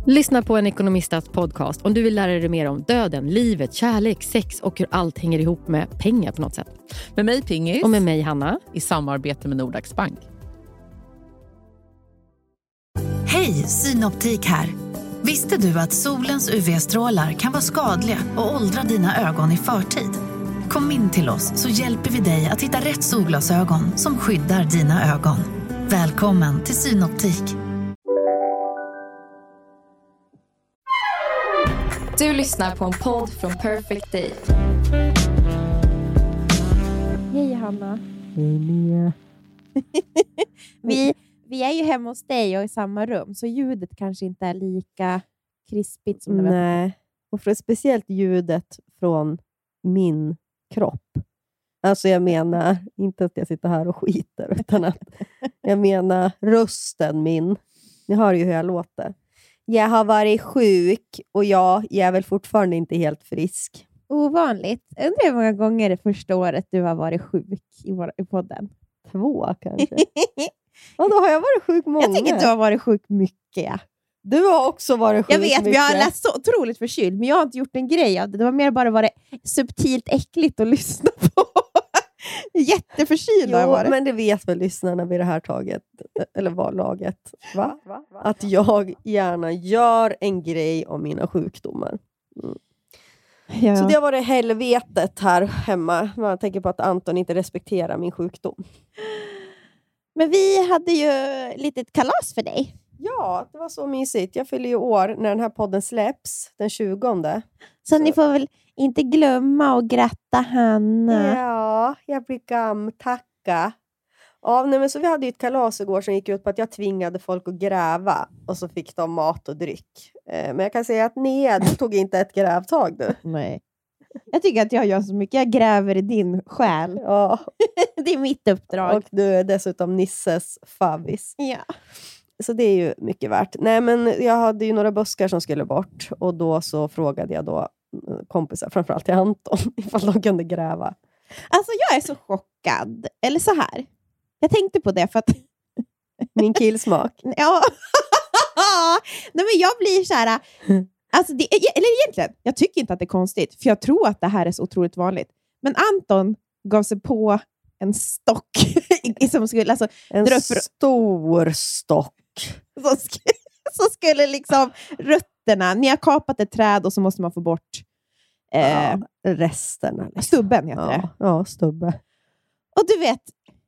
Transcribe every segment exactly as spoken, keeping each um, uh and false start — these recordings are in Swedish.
Lyssna på en ekonomistas podcast om du vill lära dig mer om döden, livet, kärlek, sex och hur allt hänger ihop med pengar på något sätt. Med mig Pingis. Och med mig Hanna. I samarbete med Nordax Bank. Hej, Synoptik här. Visste du att solens U V-strålar kan vara skadliga och åldra dina ögon i förtid? Kom in till oss så hjälper vi dig att hitta rätt solglasögon som skyddar dina ögon. Välkommen till Synoptik. Du lyssnar på en podd från Perfect Day. Hej Hanna. Hej Mia. vi, vi är ju hemma hos dig och i samma rum. Så ljudet kanske inte är lika krispigt som det var. Nej. Och för speciellt ljudet från min kropp. Alltså jag menar inte att jag sitter här och skiter. Utan att jag menar rösten min. Ni hör ju hur jag låter. Jag har varit sjuk och jag, jag är väl fortfarande inte helt frisk. Ovanligt. Undrar hur många gånger det första året du har varit sjuk i, vår, i podden. Två kanske. Ja, då har jag varit sjuk många. Jag tycker att du har varit sjuk mycket. Ja. Du har också varit sjuk Jag vet, mycket. jag har läst så otroligt förkyld. Men jag har inte gjort en grej av det. Det var mer bara varit subtilt äckligt att lyssna på. Jätteförkyld har jag varit. Men det vet väl lyssnarna vid det här taget. Eller var laget. Va? Va? Va? Att jag gärna gör en grej om mina sjukdomar. Mm. Ja. Så det har varit helvetet här hemma. Man tänker på att Anton inte respekterar min sjukdom. Men vi hade ju lite kalas för dig. Ja, det var så mysigt. Jag fyller ju år när den här podden släpps. Den tjugonde. Så, så. Ni får väl inte glömma att gratta Hanna. Ja, jag blir gam. Tacka. Ja, nej, men så vi hade ju ett kalas igår som gick ut på att jag tvingade folk att gräva. Och så fick de mat och dryck. Eh, men jag kan säga att nej, du tog inte ett grävtag du. Nej. Jag tycker att jag gör så mycket. Jag gräver i din själ. Ja. Det är mitt uppdrag. Och du är dessutom Nisses favvis. Ja. Så det är ju mycket värt. Nej, men jag hade ju några buskar som skulle bort. Och då så frågade jag då kompisar, framförallt till Anton, ifall de kunde gräva. Alltså jag är så chockad. Eller så här. Jag tänkte på det för att... Min killsmak. Ja. Nej, men jag blir så här... Alltså det, eller egentligen, jag tycker inte att det är konstigt. För jag tror att det här är så otroligt vanligt. Men Anton gav sig på en stock. som skulle, alltså, en för, stor stock. Så skulle, så skulle liksom rötterna... Ni har kapat ett träd och så måste man få bort... Eh, ja, resterna. Liksom. Stubben heter ja, det. Ja, stubbe. Och du vet...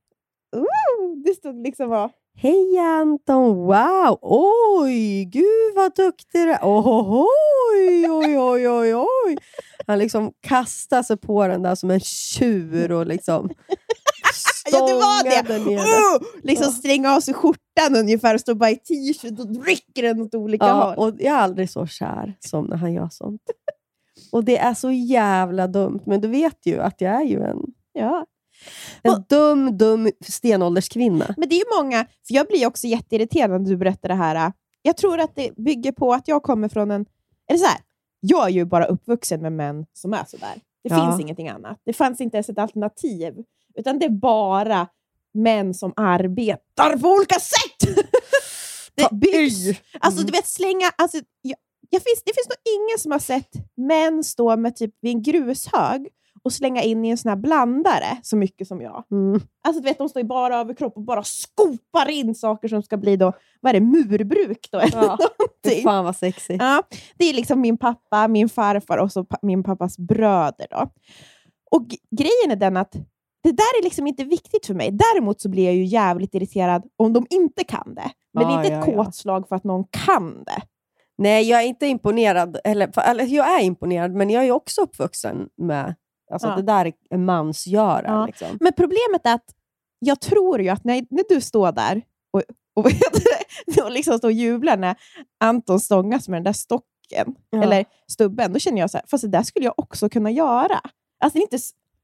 Uh, det stod liksom var... Hej Anton, wow, oj, gud vad duktig du är. Oh, oj, oj, oj, oj, oj. Han liksom kastade sig på den där som en tjur och liksom ja, det var det. Uh, liksom ja. Stränga av sig skjortan ungefär och stå bara i t-shirt och rycker den åt olika ja, håll. Och jag är aldrig så kär som när han gör sånt. Och det är så jävla dumt, men du vet ju att jag är ju en... Ja. En och, dum, dum stenålderskvinna. Men det är ju många, för jag blir också jätteirriterad när du berättar det här. Jag tror att det bygger på att jag kommer från en... Eller så här, jag är ju bara uppvuxen med män som är så där. Det ja. finns ingenting annat. Det fanns inte ens ett alternativ. Utan det är bara män som arbetar på olika sätt. Det byggs. Mm. Alltså du vet, slänga... Alltså, jag, jag finns, det finns nog ingen som har sett män stå med typ vid en grushög och slänga in i en sån här blandare så mycket som jag. Mm. Alltså du vet, de står ju bara över kropp och bara skopar in saker som ska bli då, vad är det, murbruk då? Ja, fan vad sexigt. Ja, det är liksom min pappa, min farfar och så pa- min pappas bröder då. Och g- grejen är den att det där är liksom inte viktigt för mig. Däremot så blir jag ju jävligt irriterad om de inte kan det. Men ja, det är inte ja, ett ja. kåtslag för att någon kan det. Nej, jag är inte imponerad. Eller, för, eller jag är imponerad, men jag är ju också uppvuxen med... Alltså ja. det där är mansgöra. Ja. Liksom. Men problemet är att jag tror ju att när, när du står där och, och, och liksom står och jublar när Anton stångas med den där stocken ja. eller stubben, då känner jag så här, fast det där skulle jag också kunna göra. Alltså inte...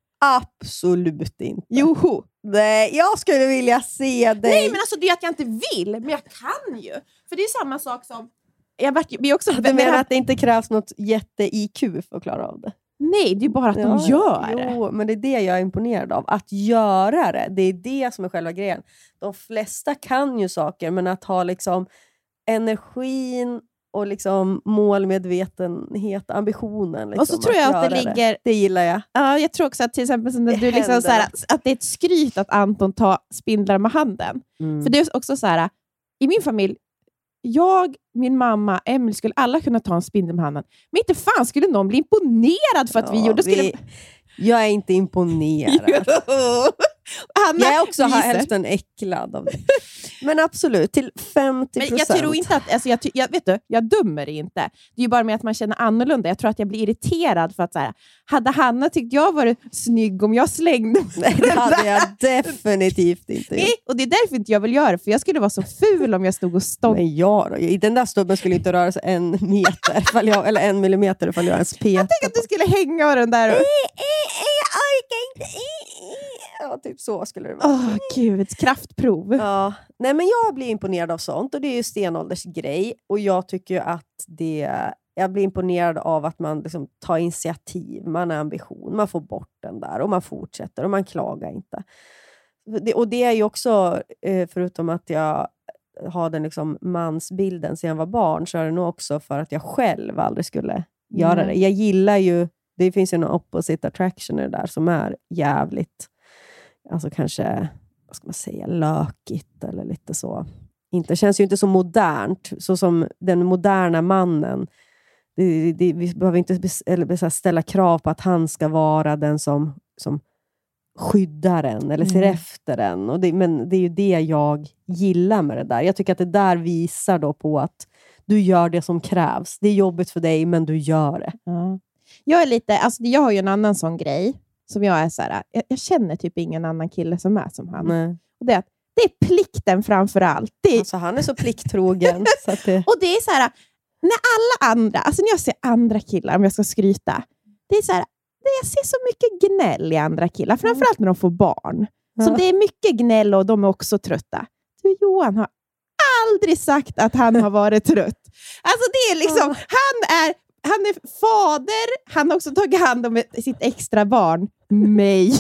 Absolut inte. Joho. Nej, jag skulle vilja se dig. Nej, men alltså det är att jag inte vill, men jag kan ju. För det är samma sak som... Jag vart, vi också, du menar här... att det inte krävs något jätte-I Q för att klara av det? Nej, det är bara att ja, de gör det. Jo, men det är det jag är imponerad av. Att göra det, det är det som är själva grejen. De flesta kan ju saker, men att ha liksom energin och liksom målmedvetenhet, ambitionen. Liksom, och så tror jag att, att det ligger... Det. det gillar jag. Ja, jag tror också att till exempel som du liksom så här, att det är ett skryt att Anton tar spindlar med handen. Mm. För det är också så här, i min familj, jag, min mamma, Emily skulle alla kunna ta en spindel med handen. Men inte fan skulle någon bli imponerad för att ja, vi gjorde... Skulle... Vi... Jag är inte imponerad. Anna, jag är också hälften äcklad av det. Men absolut, till femtio procent. Men jag tror inte att, alltså jag, jag, vet du, jag dömer inte. Det är ju bara med att man känner annorlunda. Jag tror att jag blir irriterad för att så här, hade Hanna tyckt jag var snygg om jag slängde Nej, det hade jag definitivt inte gjort. Nej, och det är därför inte jag vill göra, för jag skulle vara så ful om jag stod och stod. Men jag då, i den där stubben skulle inte röra sig en meter ifall jag, eller en millimeter ifall jag ens petar. Jag tänkte att du skulle hänga av den där. Och... jag orkar inte. Ja, typ så skulle det vara. Åh, oh, gud, kraftprov. Ja. Nej, men jag blir imponerad av sånt. Och det är ju stenålders grej. Och jag tycker ju att det... Jag blir imponerad av att man liksom tar initiativ. Man har ambition. Man får bort den där. Och man fortsätter. Och man klagar inte. Det, och det är ju också... Förutom att jag har den liksom mansbilden sedan jag var barn. Så är det nog också för att jag själv aldrig skulle göra mm. det. Jag gillar ju... Det finns ju en opposite attraction där som är jävligt... Alltså kanske, vad ska man säga, lökigt eller lite så. Inte, känns ju inte så modernt. Så som den moderna mannen. Det, det, vi behöver inte eller, ställa krav på att han ska vara den som, som skyddar en. Eller ser mm. efter en. Och det, men det är ju det jag gillar med det där. Jag tycker att det där visar då på att du gör det som krävs. Det är jobbigt för dig, men du gör det. Ja. Jag är lite, alltså jag har ju en annan sån grej. Som jag är så här, jag, jag känner typ ingen annan kille som är som han. Nej. Och det är, det är plikten framför allt. Det är, alltså han är så plikttrogen. så att det... Och det är så här, när alla andra, alltså när jag ser andra killar, om jag ska skryta. Det är så här, jag ser så mycket gnäll i andra killar. Framförallt när de får barn. Ja. Så det är mycket gnäll och de är också trötta. Du, Johan har aldrig sagt att han har varit trött. Alltså det är liksom, ja. han är... Han är fader, han har också tagit hand om sitt extra barn, mig.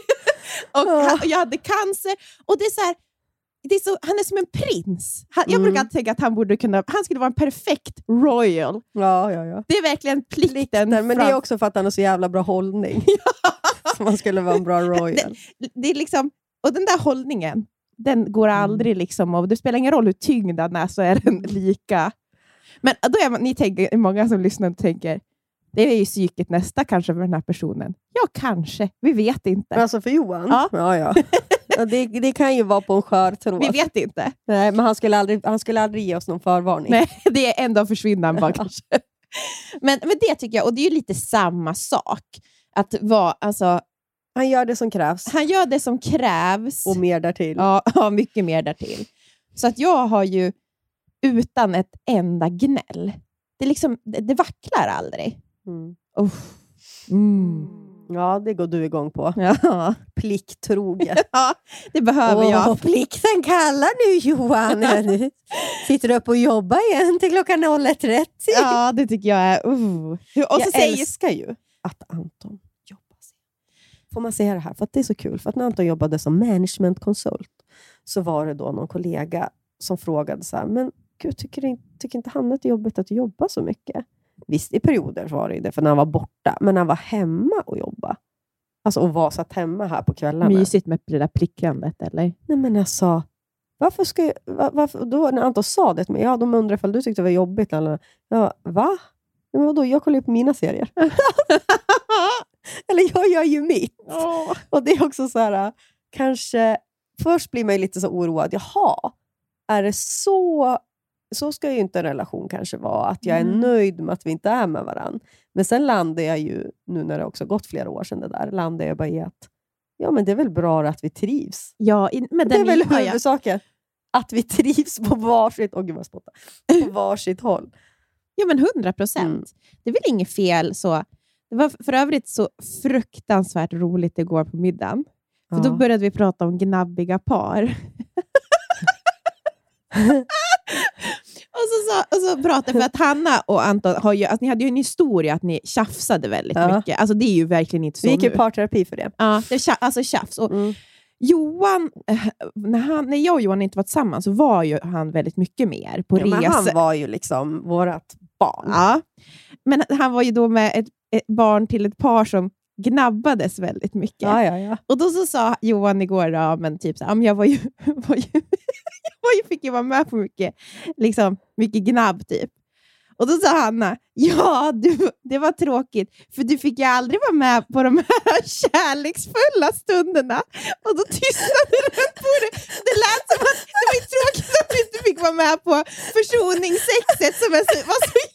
och han, jag hade cancer. Och det är så här, det är så, han är som en prins. Han, jag mm. brukar tänka att han borde kunna, han skulle vara en perfekt royal. Ja, ja, ja. Det är verkligen plikten. plikten men fram... det är också för att han har så jävla bra hållning. Så man skulle vara en bra royal. Det, det är liksom, och den där hållningen, den går aldrig mm. liksom, och det spelar ingen roll hur tyngd den är, så är den lika. Men då är man, ni tänker, många som lyssnar och tänker, det är ju psyket nästa kanske för den här personen. Ja, kanske. Vi vet inte. Alltså för Johan? Ja. ja, ja. ja det, det kan ju vara på en skör tråd. Vi vet inte. Nej, men han skulle aldrig, han skulle aldrig ge oss någon förvarning. Nej, det är ändå försvinnan bara kanske. Men, men det tycker jag, och det är ju lite samma sak. Att vara, alltså... Han gör det som krävs. Han gör det som krävs. Och mer därtill. Ja, ja mycket mer därtill. Så att jag har ju utan ett enda gnäll. Det, liksom, det, det vacklar aldrig. Mm. Oh. Mm. Ja, det går du igång på. Ja. Plikttrogen. Ja, det behöver oh, jag. Plikten kallar nu, Johan. Nu sitter du upp och jobbar igen till klockan noll ett trettio. Ja, det tycker jag är... Uh. Och så jag säger... älskar ju att Anton jobbar. Får man säga det här? För att det är så kul. För att när Anton jobbade som managementkonsult så var det då någon kollega som frågade så här, men gud, tycker, tycker inte han att det är jobbigt att jobba så mycket? Visst, i perioder var det det, för när han var borta. Men när han var hemma och jobba. Alltså, och var satt hemma här på kvällarna. Mysigt med det där pricklandet, eller? Nej, men jag sa, varför ska jag, var, varför, då när Anton sa det till mig, ja, de undrar ifall du tyckte det var jobbigt. Eller, ja, va? Men vadå, jag kollar ju på mina serier. Eller jag gör ju mitt. Oh. Och det är också så här, kanske, först blir man ju lite så oroad. Jaha, är det så... Så ska ju inte en relation kanske vara. Att jag är mm. nöjd med att vi inte är med varandra. Men sen landar jag ju, nu när det också gått flera år sedan det där, landar jag bara i att ja, men det är väl bra att vi trivs. Ja, men det är väl huvudsaken. Att vi trivs på varsitt, åh gud vad spotta, på varsitt håll. Ja, men hundra procent. Mm. Det är väl inget fel så. Det var för övrigt så fruktansvärt roligt igår på middagen. För ja. Då började vi prata om gnabbiga par. och, så, så, och så pratade för att Hanna och Anton har ju, alltså, ni hade ju en historia att ni tjafsade väldigt ja. mycket. Alltså det är ju verkligen inte så. Vi gick i parterapi för det. Ja, det är tja, alltså tjafs. Och mm. Johan, eh, när, han, när jag och Johan inte var tillsammans så var ju han väldigt mycket mer på Ja, resor. men han var ju liksom vårat barn. Ja. Men han var ju då med ett, ett barn till ett par som gnabbades väldigt mycket. Ja, ja, ja. Och då så sa Johan igår, ja, men typ så här, jag var ju, var ju, jag var ju, fick ju vara med på mycket, liksom, mycket gnabb typ. Och då sa Hanna, ja, du, det var tråkigt, för du fick ju aldrig vara med på de här kärleksfulla stunderna. Och då tystnade den på det. Det lät som att det var tråkigt att du inte fick vara med på försoningssexet som är så, var så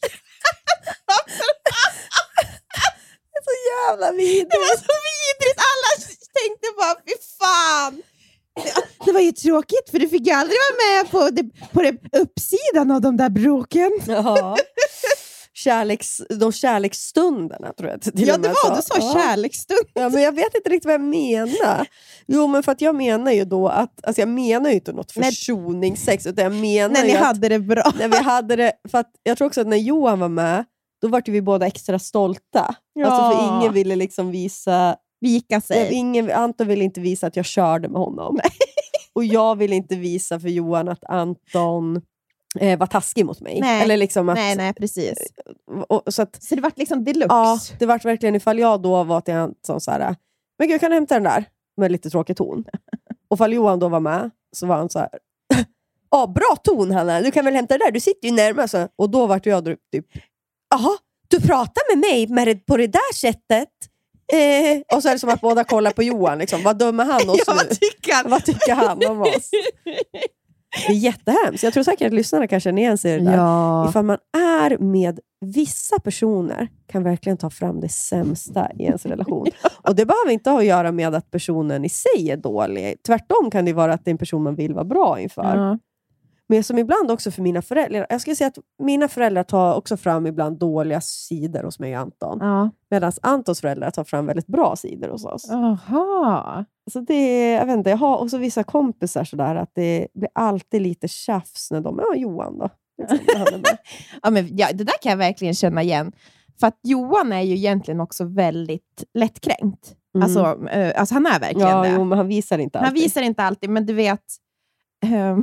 så jävla vidrigt. Det var så vidrigt. Alla tänkte bara, fy fan. Det, det var ju tråkigt, för du fick ju aldrig vara med på det, på det uppsidan av de där bråken. Ja. Kärleks, de kärleksstunderna tror jag. Till Ja, och det med var, du sa ja. kärleksstund. Ja, men jag vet inte riktigt vad jag menar. Jo, men för att jag menar ju då att, alltså jag menar ju inte något försoningssex, utan jag menar När ju ni att, hade det bra. när vi hade det, för att jag tror också att när Johan var med, då var vi båda extra stolta. Ja. Alltså för ingen ville liksom visa, Vika sig. ingen, Anton ville inte visa att jag körde med honom. Nej. Och jag ville inte visa för Johan att Anton eh, var taskig mot mig. Nej. Eller liksom att, Nej, nej, precis. och, så att Så det var liksom deluxe. ja, det var verkligen ifall jag då var till Anton så här, men gud, kan du hämta den där? Med lite tråkig ton. Och ifall Johan då var med, så var han så här, ja, bra ton Hanna, du kan väl hämta det där, du sitter ju närmast. Och då var jag typ, jaha, du pratar med mig med, på det där sättet. Eh, och så är det som att båda kollar på Johan. Liksom. Vad dömer han oss Ja, nu? vad tycker han? Vad tycker han om oss? Det är jättehemskt. Jag tror säkert att lyssnarna kan känna igen sig i det där. Ja. Ifall man är med vissa personer kan verkligen ta fram det sämsta i ens relation. Och det behöver inte ha att göra med att personen i sig är dålig. Tvärtom kan det vara att det är en person man vill vara bra inför. Ja. Men som ibland också för mina föräldrar. Jag ska säga att mina föräldrar tar också fram ibland dåliga sidor hos mig och Anton. Ja. Medan Antons föräldrar tar fram väldigt bra sidor hos oss. Aha. Så det, jag vet inte, jag har också vissa kompisar sådär att det blir alltid lite tjafs när de, ja Johan då. Liksom, när han är med. Ja, men, ja, det där kan jag verkligen känna igen. För att Johan är ju egentligen också väldigt lättkränkt. Mm. Alltså, eh, alltså han är verkligen Ja, det. jo, men han visar inte alltid. Han visar inte alltid, men du vet... ehm,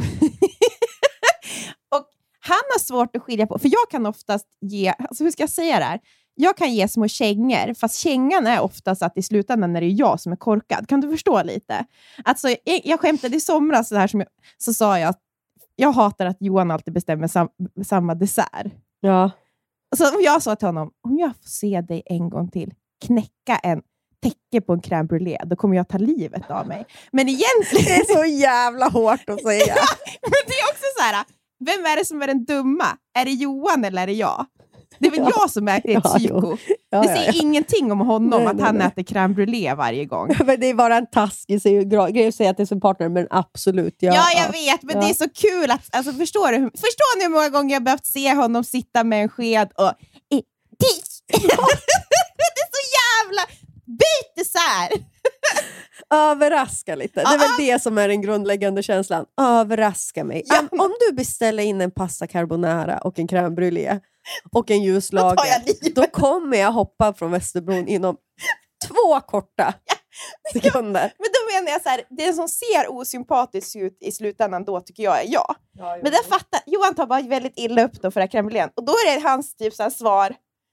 och han har svårt att skilja på, för jag kan oftast ge, alltså hur ska jag säga det här? Jag kan ge små kängor, fast kängan är oftast att i slutändan är det jag som är korkad. Kan du förstå lite? Alltså, jag, jag skämtade i somras så, här som jag, så sa jag att jag hatar att Johan alltid bestämmer sam, samma dessert. Ja. Så jag sa till honom, om jag får se dig en gång till knäcka en täcke på en crème brûlée, då kommer jag ta livet av mig. Men egentligen... Det är så jävla hårt att säga. Ja, men det är också så här, vem är det som är den dumma? Är det Johan eller är det jag? Det är väl Ja. jag som är ett Ja, psyko. Ja, Det ja, säger ja. ingenting om honom Nej, att nej, han nej. äter crème brûlée varje gång. Men det är bara en taskig grej att säga att det är som partner, men absolut. Ja, Ja, jag vet, men Ja. det är så kul att, alltså förstår du, förstår ni hur många gånger jag behövt se honom sitta med en sked och i, det är så jävla byt dessert. Överraska lite. Det är väl det som är den grundläggande känslan. Överraska mig. Ja. Om, om du beställer in en pasta carbonara och en crème brûlée och en Då tar ljuslager, jag livet. då kommer jag hoppa från Västerbron inom två korta sekunder. Men då menar jag så här, det som ser osympatiskt ut i slutändan då tycker jag är jag. Men det fattar, Johan tar bara väldigt illa upp då för det här crème brûlén. Och då är det hans typ så här svar.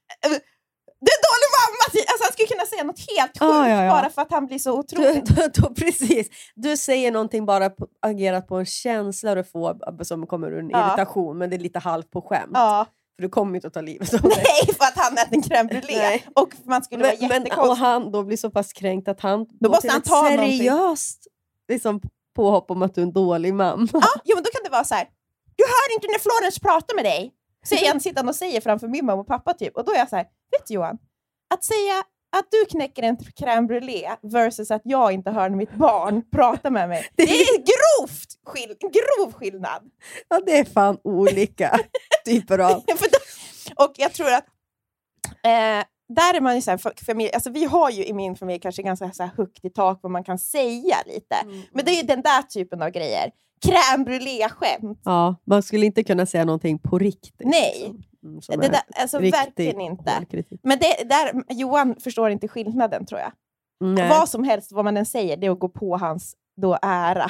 Du är dålig mamma! Alltså han skulle kunna säga något helt sjukt Ah, ja, ja. bara för att han blir så Du, otroligt. du, du, precis. Du säger någonting bara på, agerat på en känsla du får som kommer ur en Ja. irritation, men det är lite halvt på skämt. Ja. För du kommer inte att ta livet av dig. Nej, för att han äter en crème brûlée. Nej. Och man skulle vara Men, men, jättekonstig. och han då blir så pass kränkt att han Då går måste till han ett ta någonting. seriöst liksom, påhopp om att du är en dålig mamma. Ja, jo, men då kan det vara så här. Du hör inte när Florence pratar med dig. Så är han sitter han och säger framför min mamma och pappa typ. Och då är jag så här, vet du Johan? Att säga att du knäcker en crème brûlée versus att jag inte hör när mitt barn pratar med mig. Det är grovt skill- grov skillnad. Ja, det är fan olika typer av... För då- och jag tror att eh, där är man ju så här, för- familj, alltså vi har ju i min familj kanske ganska så här högt i tak vad man kan säga lite. Mm. Men det är ju den där typen av grejer. Crème brûlée-skämt. Ja, man skulle inte kunna säga någonting på riktigt. Nej. Liksom. Mm, som Det är där, alltså riktig verkligen inte. hård kritik. Men det, där, Johan förstår inte skillnaden tror jag. Nej. Vad som helst, vad man än säger, det är att gå på hans då ära.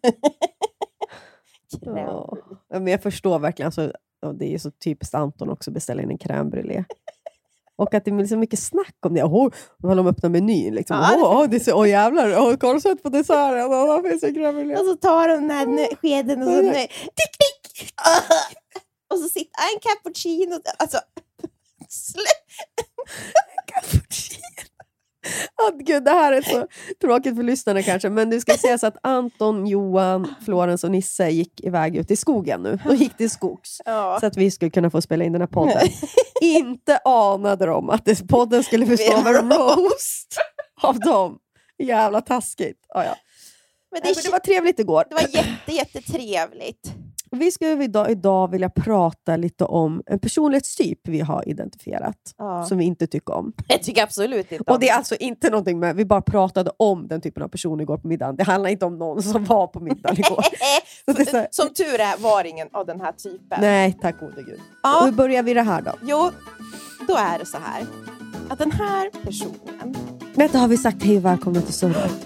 Ja. Men jag förstår verkligen, alltså, det är så typiskt Anton också beställa in en crème brûlée. Och att det är så mycket snack om det. Åh, när de öppnar menyn. Liksom. Ja. Åh, det är så, åh jävlar, åh, har du sett på desserten? Åh, vad finns det crème brûlée? Och så tar de den här nö- skeden och så nö- tick, tick. Och så sitter en cappuccino. Alltså, släpp. Cappuccino. Oh, gud, det här är så tråkigt för lyssnarna kanske. Men du ska säga så att Anton, Johan, Florens och Nisse gick iväg ut i skogen nu. De gick till skogs. Ja. Så att vi skulle kunna få spela in den här podden. Inte anade de att det, podden skulle bestå av en roast av dem. Jävla taskigt. Oh, ja. Men det, Nej, men det var trevligt igår. det var jätte, jättetrevligt. Vi skulle idag, idag vilja prata lite om en personlighetstyp vi har identifierat. Ja. Som vi inte tycker om. Jag tycker absolut inte om Och det är alltså inte någonting med, vi bara pratade om den typen av person igår på middagen. Det handlar inte om någon som var på middagen igår. Så det är så här, Som tur är var ingen av den här typen. nej, tack gode gud. Ja. Och hur börjar vi det här då? Jo, då är det så här. Att den här personen... Vänta, har vi sagt hej och välkomna till Surret?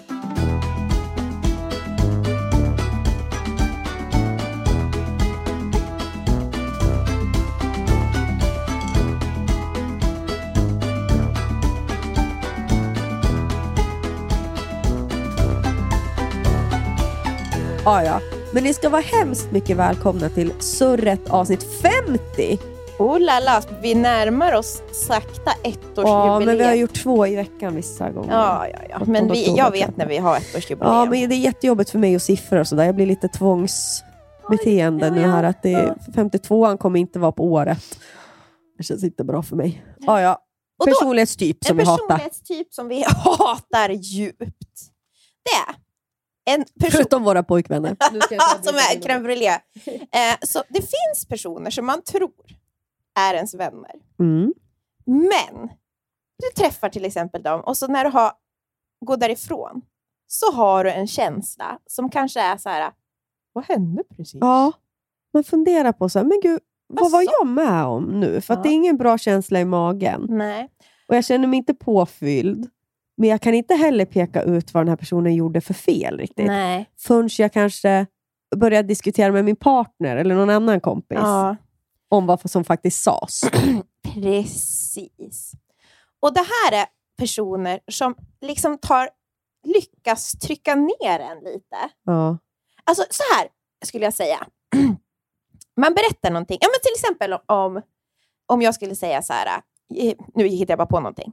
Ah, ja. Men ni ska vara hemskt mycket välkomna till Surret avsnitt femtio. Oh lala, vi närmar oss sakta ettårsjubileum. Ja, men vi har gjort två i veckan vissa gånger. Ja, ja, ja. Men vi, jag vet när vi har ettårsjubileum. Ja, men det är jättejobbigt för mig och siffror och sådär. Jag blir lite tvångsbeteende Oj, nu ja, här. Att det ja. femtiotvåan kommer inte vara på året. Det känns inte bra för mig. Ja, ja. Och då- Personlighetstyp som en vi hatar. personlighetstyp som vi hatar djupt. Det är en person Förutom våra pojkvänner. som är crème brûlée. Eh, så det finns personer som man tror är ens vänner. Mm. Men du träffar till exempel dem och så när du har går därifrån så har du en känsla som kanske är så här: vad hände precis? Ja, man funderar på så här, men gud, vad var Asså? jag med om nu? För att Ja. det är ingen bra känsla i magen. Nej. Och jag känner mig inte påfylld. Men jag kan inte heller peka ut vad den här personen gjorde för fel riktigt. Nej. Förrän jag kanske börjar diskutera med min partner eller någon annan kompis. Ja, Om vad som faktiskt sades. precis. Och det här är personer som liksom tar lyckas trycka ner en lite. Ja. Alltså så här skulle jag säga. Man berättar någonting. Ja, men till exempel om, om jag skulle säga så här. eh, Nu hittar jag bara på någonting.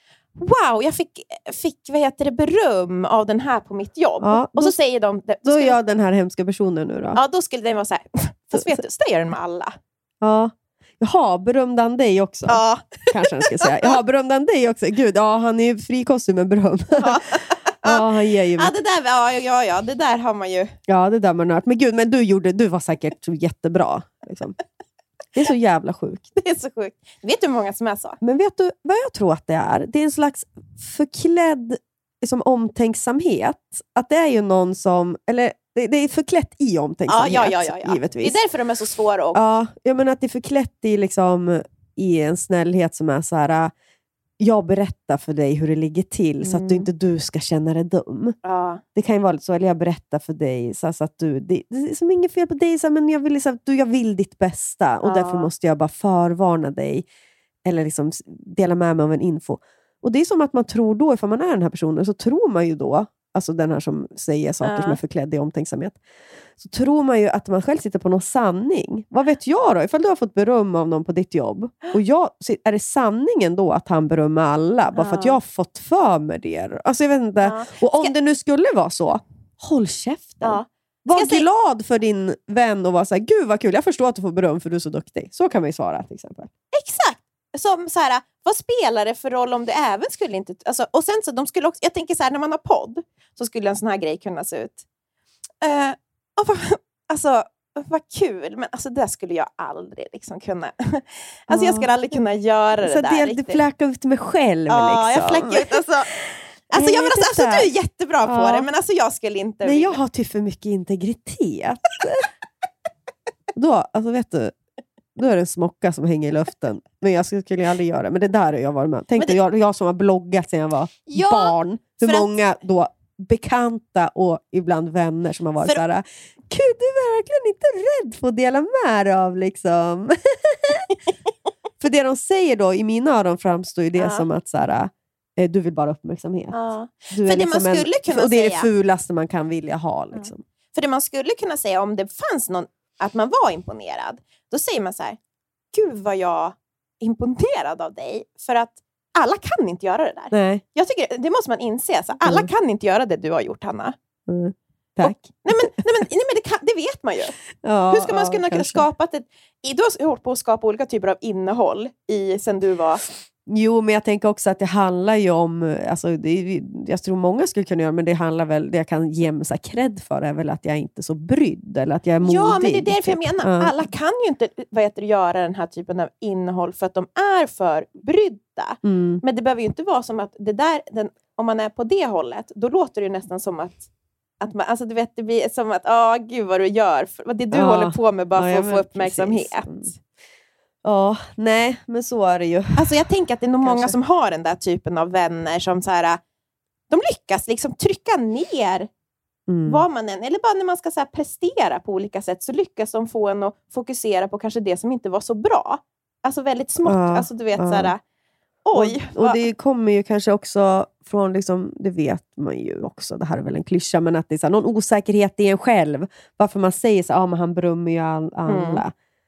Wow, jag fick, fick vad heter det, beröm av den här på mitt jobb. Ja, och så då- säger de... Då Då är skulle, jag den här hemska personen nu då. ja, då skulle den vara så här. Fast vet du, så där gör den med alla. Ja. Jaha, berömde han dig också? Ja. Kanske han ska säga. Jaha, berömde han dig också? Gud, ja, han är ju frikostig med beröm. Ja. Ja, han ger ju Ja, det där, ja, ja, ja, det där har man ju... Ja, det där man har hört. Men gud, men du gjorde, du var säkert så jättebra. Liksom. Det är så jävla sjukt. Det är så sjukt. Vet du hur många som är så? Men vet du vad jag tror att det är? Det är en slags förklädd liksom, omtänksamhet. Att det är ju någon som... Eller det, det är förklätt i Ja, omtänksamhet, ja, ja, ja, ja. givetvis. Det är därför de är så svåra. Och... Ja, jag menar att det är förklätt i, liksom, i en snällhet som är så här... Jag berättar för dig hur det ligger till så att du Mm. inte du ska känna dig dum. Ja. Det kan ju vara lite så, eller jag berättar för dig så, så att du, det, det är som inget fel på dig, så, men jag vill, liksom, du, jag vill ditt bästa och Ja. därför måste jag bara förvarna dig eller liksom s- dela med mig av en info. Och det är som att man tror då, ifall man är den här personen, så tror man ju då, alltså den här som säger saker Ja. som är förklädd i omtänksamhet, så tror man ju att man själv sitter på någon sanning. Vad vet jag då? Ifall du har fått beröm av någon på ditt jobb, och jag, så är det sanningen då att han berömmer alla, bara för att Ja. jag har fått för mig det? Alltså jag vet inte. Ja. Och om Ska- det nu skulle vara så, håll käften. Ja. Var Ska jag säga- glad för din vän och vara så här, gud vad kul, jag förstår att du får beröm för du är så duktig. Så kan man ju svara till exempel. Exakt! Som så här, vad spelar det för roll om det även skulle inte... Alltså, och sen så, de skulle också... Jag tänker så här, när man har podd så skulle en sån här grej kunna se ut. Uh, och vad, alltså, vad kul. Men alltså, det skulle jag aldrig liksom kunna... Alltså, jag skulle aldrig kunna göra det Så där det, det riktigt. fläckar ut mig själv Ja, liksom. jag fläcker ut. Alltså, alltså, jag Jag menar, vet alltså, inte. du är jättebra på Ja. det, men alltså, jag skulle inte... Nej, jag vilja- har typ för mycket integritet. Då, alltså vet du, då är det en smocka som hänger i luften. Men jag skulle aldrig göra det. Men det där har jag varit med. Tänk dig, jag, jag som har bloggat sedan jag var Ja, barn. Hur för att- många då bekanta och ibland vänner som har varit För- så här: Gud, du är verkligen inte rädd för att dela med dig av liksom. För det de säger då, i mina öron framstår ju det Ja. som att så här, eh, du vill bara uppmärksamhet. Ja. Du För är det man en- skulle kunna och det är det säga- fulaste man kan vilja ha liksom. För det man skulle kunna säga om det fanns någon, att man var imponerad, då säger man så här: gud vad jag är imponerad av dig. För att alla kan inte göra det där. Nej. Jag tycker, det måste man inse. Så alla Mm. kan inte göra det du har gjort, Hanna. Mm. Tack. Nej men, nej, men, nej, men det, kan, det vet man ju. Ja, Hur ska man ja, kunna kanske. skapa ett... i- Du har hållit på att skapa olika typer av innehåll i, sen du var... Jo, men jag tänker också att det handlar ju om, alltså, det är, jag tror många skulle kunna göra, men det handlar väl, det jag kan ge mig så här cred för är väl att jag inte är så brydd, eller att jag är modig. Ja, men det är därför jag typ. menar. Ja. Alla kan ju inte vad heter, det, göra den här typen av innehåll för att de är för brydda. Mm. Men det behöver ju inte vara som att det där, den, om man är på det hållet, då låter det ju nästan som att, att man, alltså du vet, det blir som att, ja, gud vad du gör, för, vad det du Ja. håller på med bara Ja, för ja, att få men uppmärksamhet. precis. Mm. Ja, nej, men så är det ju. Alltså jag tänker att det är nog många Kanske. som har den där typen av vänner som så här, de lyckas liksom trycka ner Mm. vad man än, eller bara när man ska så här prestera på olika sätt, så lyckas de få en att fokusera på kanske det som inte var så bra. Alltså väldigt smått, Ja, alltså du vet ja. så här, oj. Och, och vad- det kommer ju kanske också från, liksom, det vet man ju också, det här är väl en klyscha, men att det är så här, någon osäkerhet i en själv. Varför man säger så här, ah, men han berömmer ju all, alla. Mm.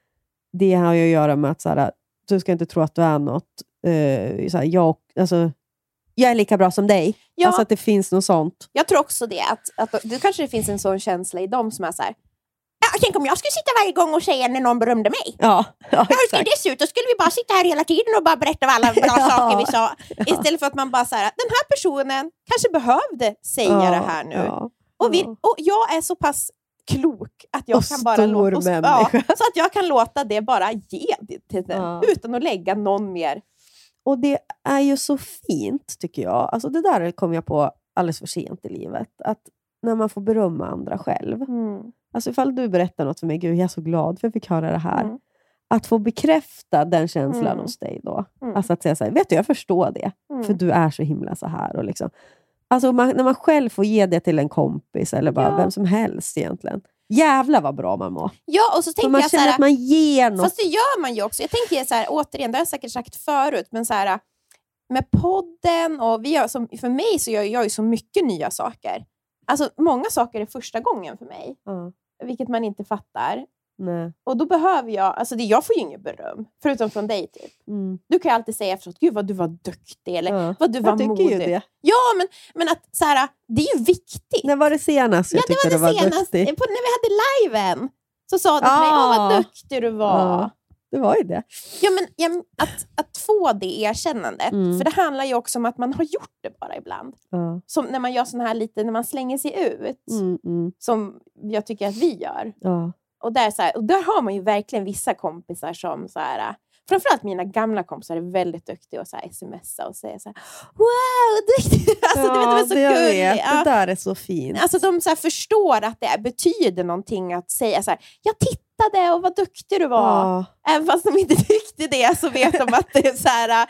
Det har ju att göra med att så här, du ska inte tro att du är något. Uh, så här, jag, alltså, jag är lika bra som dig. Ja. Alltså att det finns något sånt. Jag tror också det, att, att det kanske finns en sån känsla i dem som är så här, ja, tänk om jag skulle sitta varje gång och säga när någon berömde mig. Ja, ja Ja, hur skulle exakt. det se ut? Då skulle vi bara sitta här hela tiden och bara berätta alla bra Ja, saker vi sa. ja. Istället för att man bara så här, den här personen kanske behövde säga Ja, det här nu. ja, Och, vi, ja. och jag är så pass klok att jag Och kan bara stor låta, och, ja, människa. så att jag kan låta det bara ge det till den, Ja. utan att lägga någon mer. Och det är ju så fint, tycker jag. Alltså det där kom jag på alldeles för sent i livet. Att när man får berömma andra själv. Alltså ifall du berättar något för mig, gud jag är så glad för jag fick höra det här. Mm. Att få bekräfta den känslan Mm. hos dig då. Mm. Alltså att säga så här, vet du, jag förstår det. Mm. För du är så himla så här. Och liksom. Alltså man, när man själv får ge det till en kompis eller bara Ja. vem som helst egentligen. Jävlar vad bra man mår. Ja, och så För tänker man jag så känner här, att man ger något. fast det gör man ju också. Jag tänker så här, återigen, det har jag säkert sagt förut, men så här, med podden och vi gör, som, för mig så gör jag ju så mycket nya saker. Alltså många saker är första gången för mig, Ja, vilket man inte fattar. nej. Och då behöver jag, alltså det, jag får ju ingen beröm, förutom från dig typ. Mm. Du kan ju alltid säga efteråt, gud vad du var duktig, eller Ja. vad du var Jag tycker modig. ju det. Ja, men, men att så här, det är ju viktigt. När var det senast jag Ja, det tyckte var du det var senaste, duktig? på, när vi hade liven. Så sa du till mig, åh vad Ah. duktig du var. Ja, det var ju det. Ja, men ja, att, att få det erkännandet. Mm. För det handlar ju också om att man har gjort det bara ibland. Ja. Som när man gör sån här lite, när man slänger sig ut. Mm, mm. Som jag tycker att vi gör. Ja. Och där, så här, och där har man ju verkligen vissa kompisar som så här, framförallt mina gamla kompisar är väldigt duktiga och så här smsa och säga så här, wow, duktig. Alltså, du vet, de är så det jag gulliga. vet. Ja. Det där är så fint. Alltså de så här förstår att det betyder någonting att säga så här, jag tittade och vad duktig du var. Ja. Även fast de inte tyckte det så vet de att det är så här,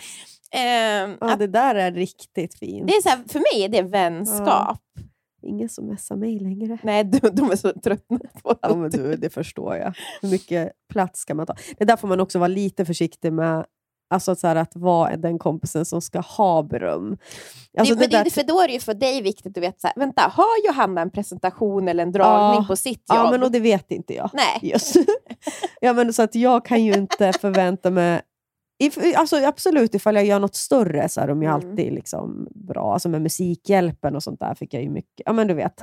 ehm, Ja, att det där är riktigt fint. det är så här, för mig är det vänskap. Ingen som messar mig längre. Nej, de, de är så tröttna på Ja, men du, det förstår jag. Hur mycket plats ska man ta? Det där får man också vara lite försiktig med. Alltså så här, att vara den kompisen som ska ha beröm. Alltså, det, men det där- det, för då är det ju för dig viktigt att veta så här, vänta, har Johanna en presentation eller en dragning Ja. på sitt jobb? Ja, men och det vet inte jag. Nej. Just. Ja, men så att jag kan ju inte förvänta mig. If, alltså absolut, ifall jag gör något större så är de ju Mm. alltid liksom bra. Alltså med Musikhjälpen och sånt där fick jag ju mycket. Ja, men du vet.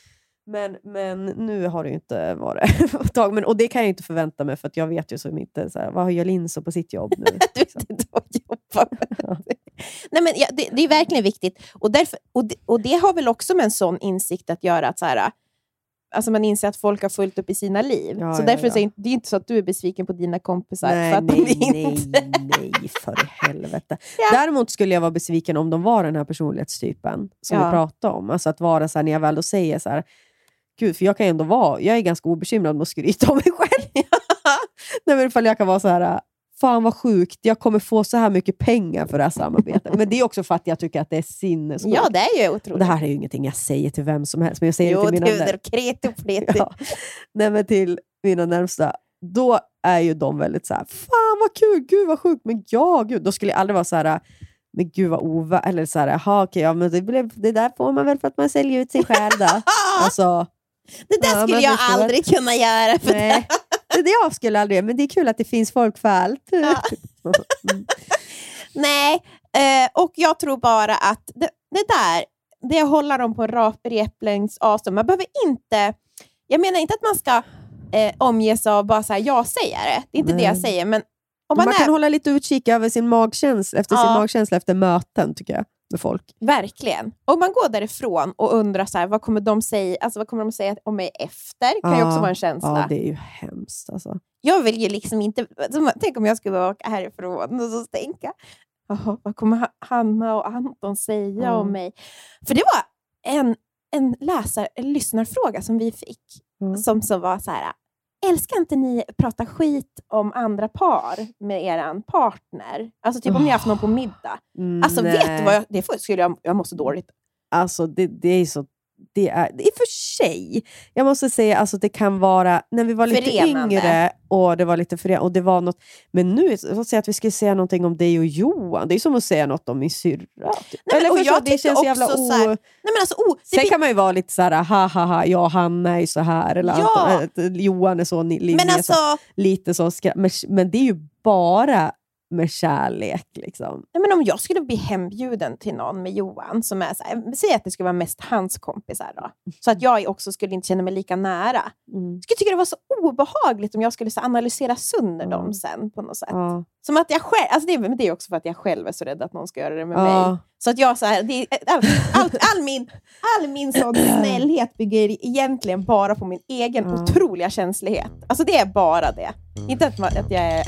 Men, men nu har det ju inte varit ett tag. Men, och det kan jag ju inte förvänta mig, för att jag vet ju som inte så här, vad gör Linso på sitt jobb nu? Du vet inte vad jag jobbar med. Nej, men ja, det, det är verkligen viktigt. Och, därför, och, det, och det har väl också med en sån insikt att göra att så här, alltså man inser att folk har fullt upp i sina liv. Ja, så ja, därför ja. så är det är inte så att du är besviken på dina kompisar. Nej, för att nej, de nej, inte... nej, för i helvete. Ja. Däremot skulle jag vara besviken om de var den här personlighetstypen som Ja. vi pratade om. Alltså att vara så här, när jag väl då säger så här, gud, för jag kan ju ändå vara, jag är ganska obekymrad med att skryta om mig själv. Nej, men ifall jag kan vara så här, fan vad sjukt, jag kommer få så här mycket pengar för det här samarbetet. Men det är också för att jag tycker att det är sinnessjukt. Ja, det är ju otroligt. Det här är ju ingenting jag säger till vem som helst, men jag säger jo, det till mina det är kreti och fleti. ja. Nej, men till mina närmsta, då är ju de väldigt så här, fan vad kul, gud vad sjukt, men ja, gud, då skulle jag aldrig vara så här, men gud vad ova, eller så här, jaha okej, ja, men det, blev, det där får man väl för att man säljer ut sin själ då. Alltså, det där ja, skulle jag aldrig det. kunna göra. För nej, det, det jag skulle aldrig, men det är kul att det finns folk för allt. Ja. mm. Nej, eh, och jag tror bara att det, det där, det håller dem på replängds avstånd. Man behöver inte, jag menar inte att man ska eh, omges av bara så här, jag säger det. Det är inte Nej. det jag säger, men om man, man är... kan hålla lite utkik över sin magkänsla efter ja. sin magkänsla efter möten, tycker jag, med folk. Verkligen. Och man går därifrån och undrar så här, vad kommer de säga, alltså vad kommer de säga om mig efter? Kan ja. ju också vara en känsla. Ja, det är ju hemskt alltså. Jag vill ju liksom inte, tänk om jag skulle åka härifrån och så tänka, oh, vad kommer Hanna och Anton säga mm. om mig? För det var en, en läsar, en lyssnarfråga som vi fick. Mm. Som, som var så här, älskar inte ni prata skit om andra par med eran partner? Alltså typ om oh. ni har haft någon på middag. Mm, alltså nej. vet du vad jag, det får, skulle jag, jag måste dåligt. Alltså det, det är så, det är, det är för sig. Jag måste säga, alltså det kan vara, när vi var lite förenande. Yngre och det var lite förenande, och det var något, men nu, låt säga att vi ska säga någonting om dig och Johan. Det är som att säga något om min syrra. Typ. Nej, eller och jag det känns jävla o... så här, nej men alltså, oh, sen kan man ju vara lite så här, ha ha ha, ja han är ju så här, eller ja. Anton, Johan är så, Linnea men alltså, så, lite så, men, men det är ju bara med kärlek liksom. Nej, men om jag skulle bli hembjuden till någon med Johan som är så här, säg att det skulle vara mest hans kompisar då. Så att jag också skulle inte känna mig lika nära. Mm. Jag skulle tycka det var så obehagligt om jag skulle så analysera sönder mm. dem sen på något sätt. Mm. Som att jag själv, alltså det, men det är också för att jag själv är så rädd att någon ska göra det med mm. mig. Så att jag så här, det, all, all, all min all min sån snällhet bygger egentligen bara på min egen mm. otroliga känslighet. Alltså det är bara det. Inte att, man, att jag är...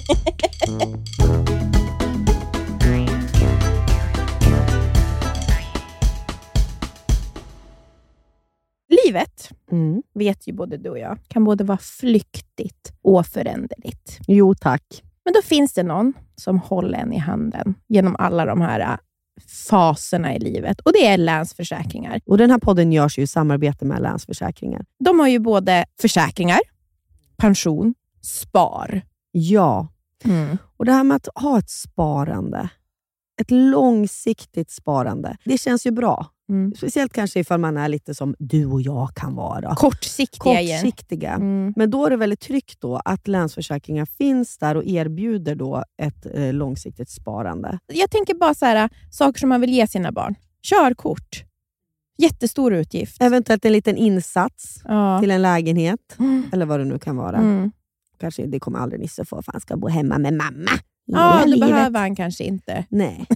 Livet, mm. vet ju både du och jag, kan både vara flyktigt och föränderligt. Jo, tack. Men då finns det någon som håller en i handen genom alla de här faserna i livet. Och det är Länsförsäkringar. Och den här podden görs ju i samarbete med Länsförsäkringar. De har ju både försäkringar, pension, spar. Ja. Mm. Och det här med att ha ett sparande, ett långsiktigt sparande, det känns ju bra. Mm. Speciellt kanske ifall man är lite som du och jag kan vara. Kortsiktiga. Kortsiktiga. Mm. Men då är det väldigt tryggt då att Länsförsäkringar finns där och erbjuder då ett eh, långsiktigt sparande. Jag tänker bara så här, saker som man vill ge sina barn. Körkort. Jättestor utgift. Eventuellt en liten insats ja. till en lägenhet. Mm. Eller vad det nu kan vara. Mm. Kanske det kommer aldrig Nisse få för han ska bo hemma med mamma. Ja, det livet. behöver han kanske inte. Nej.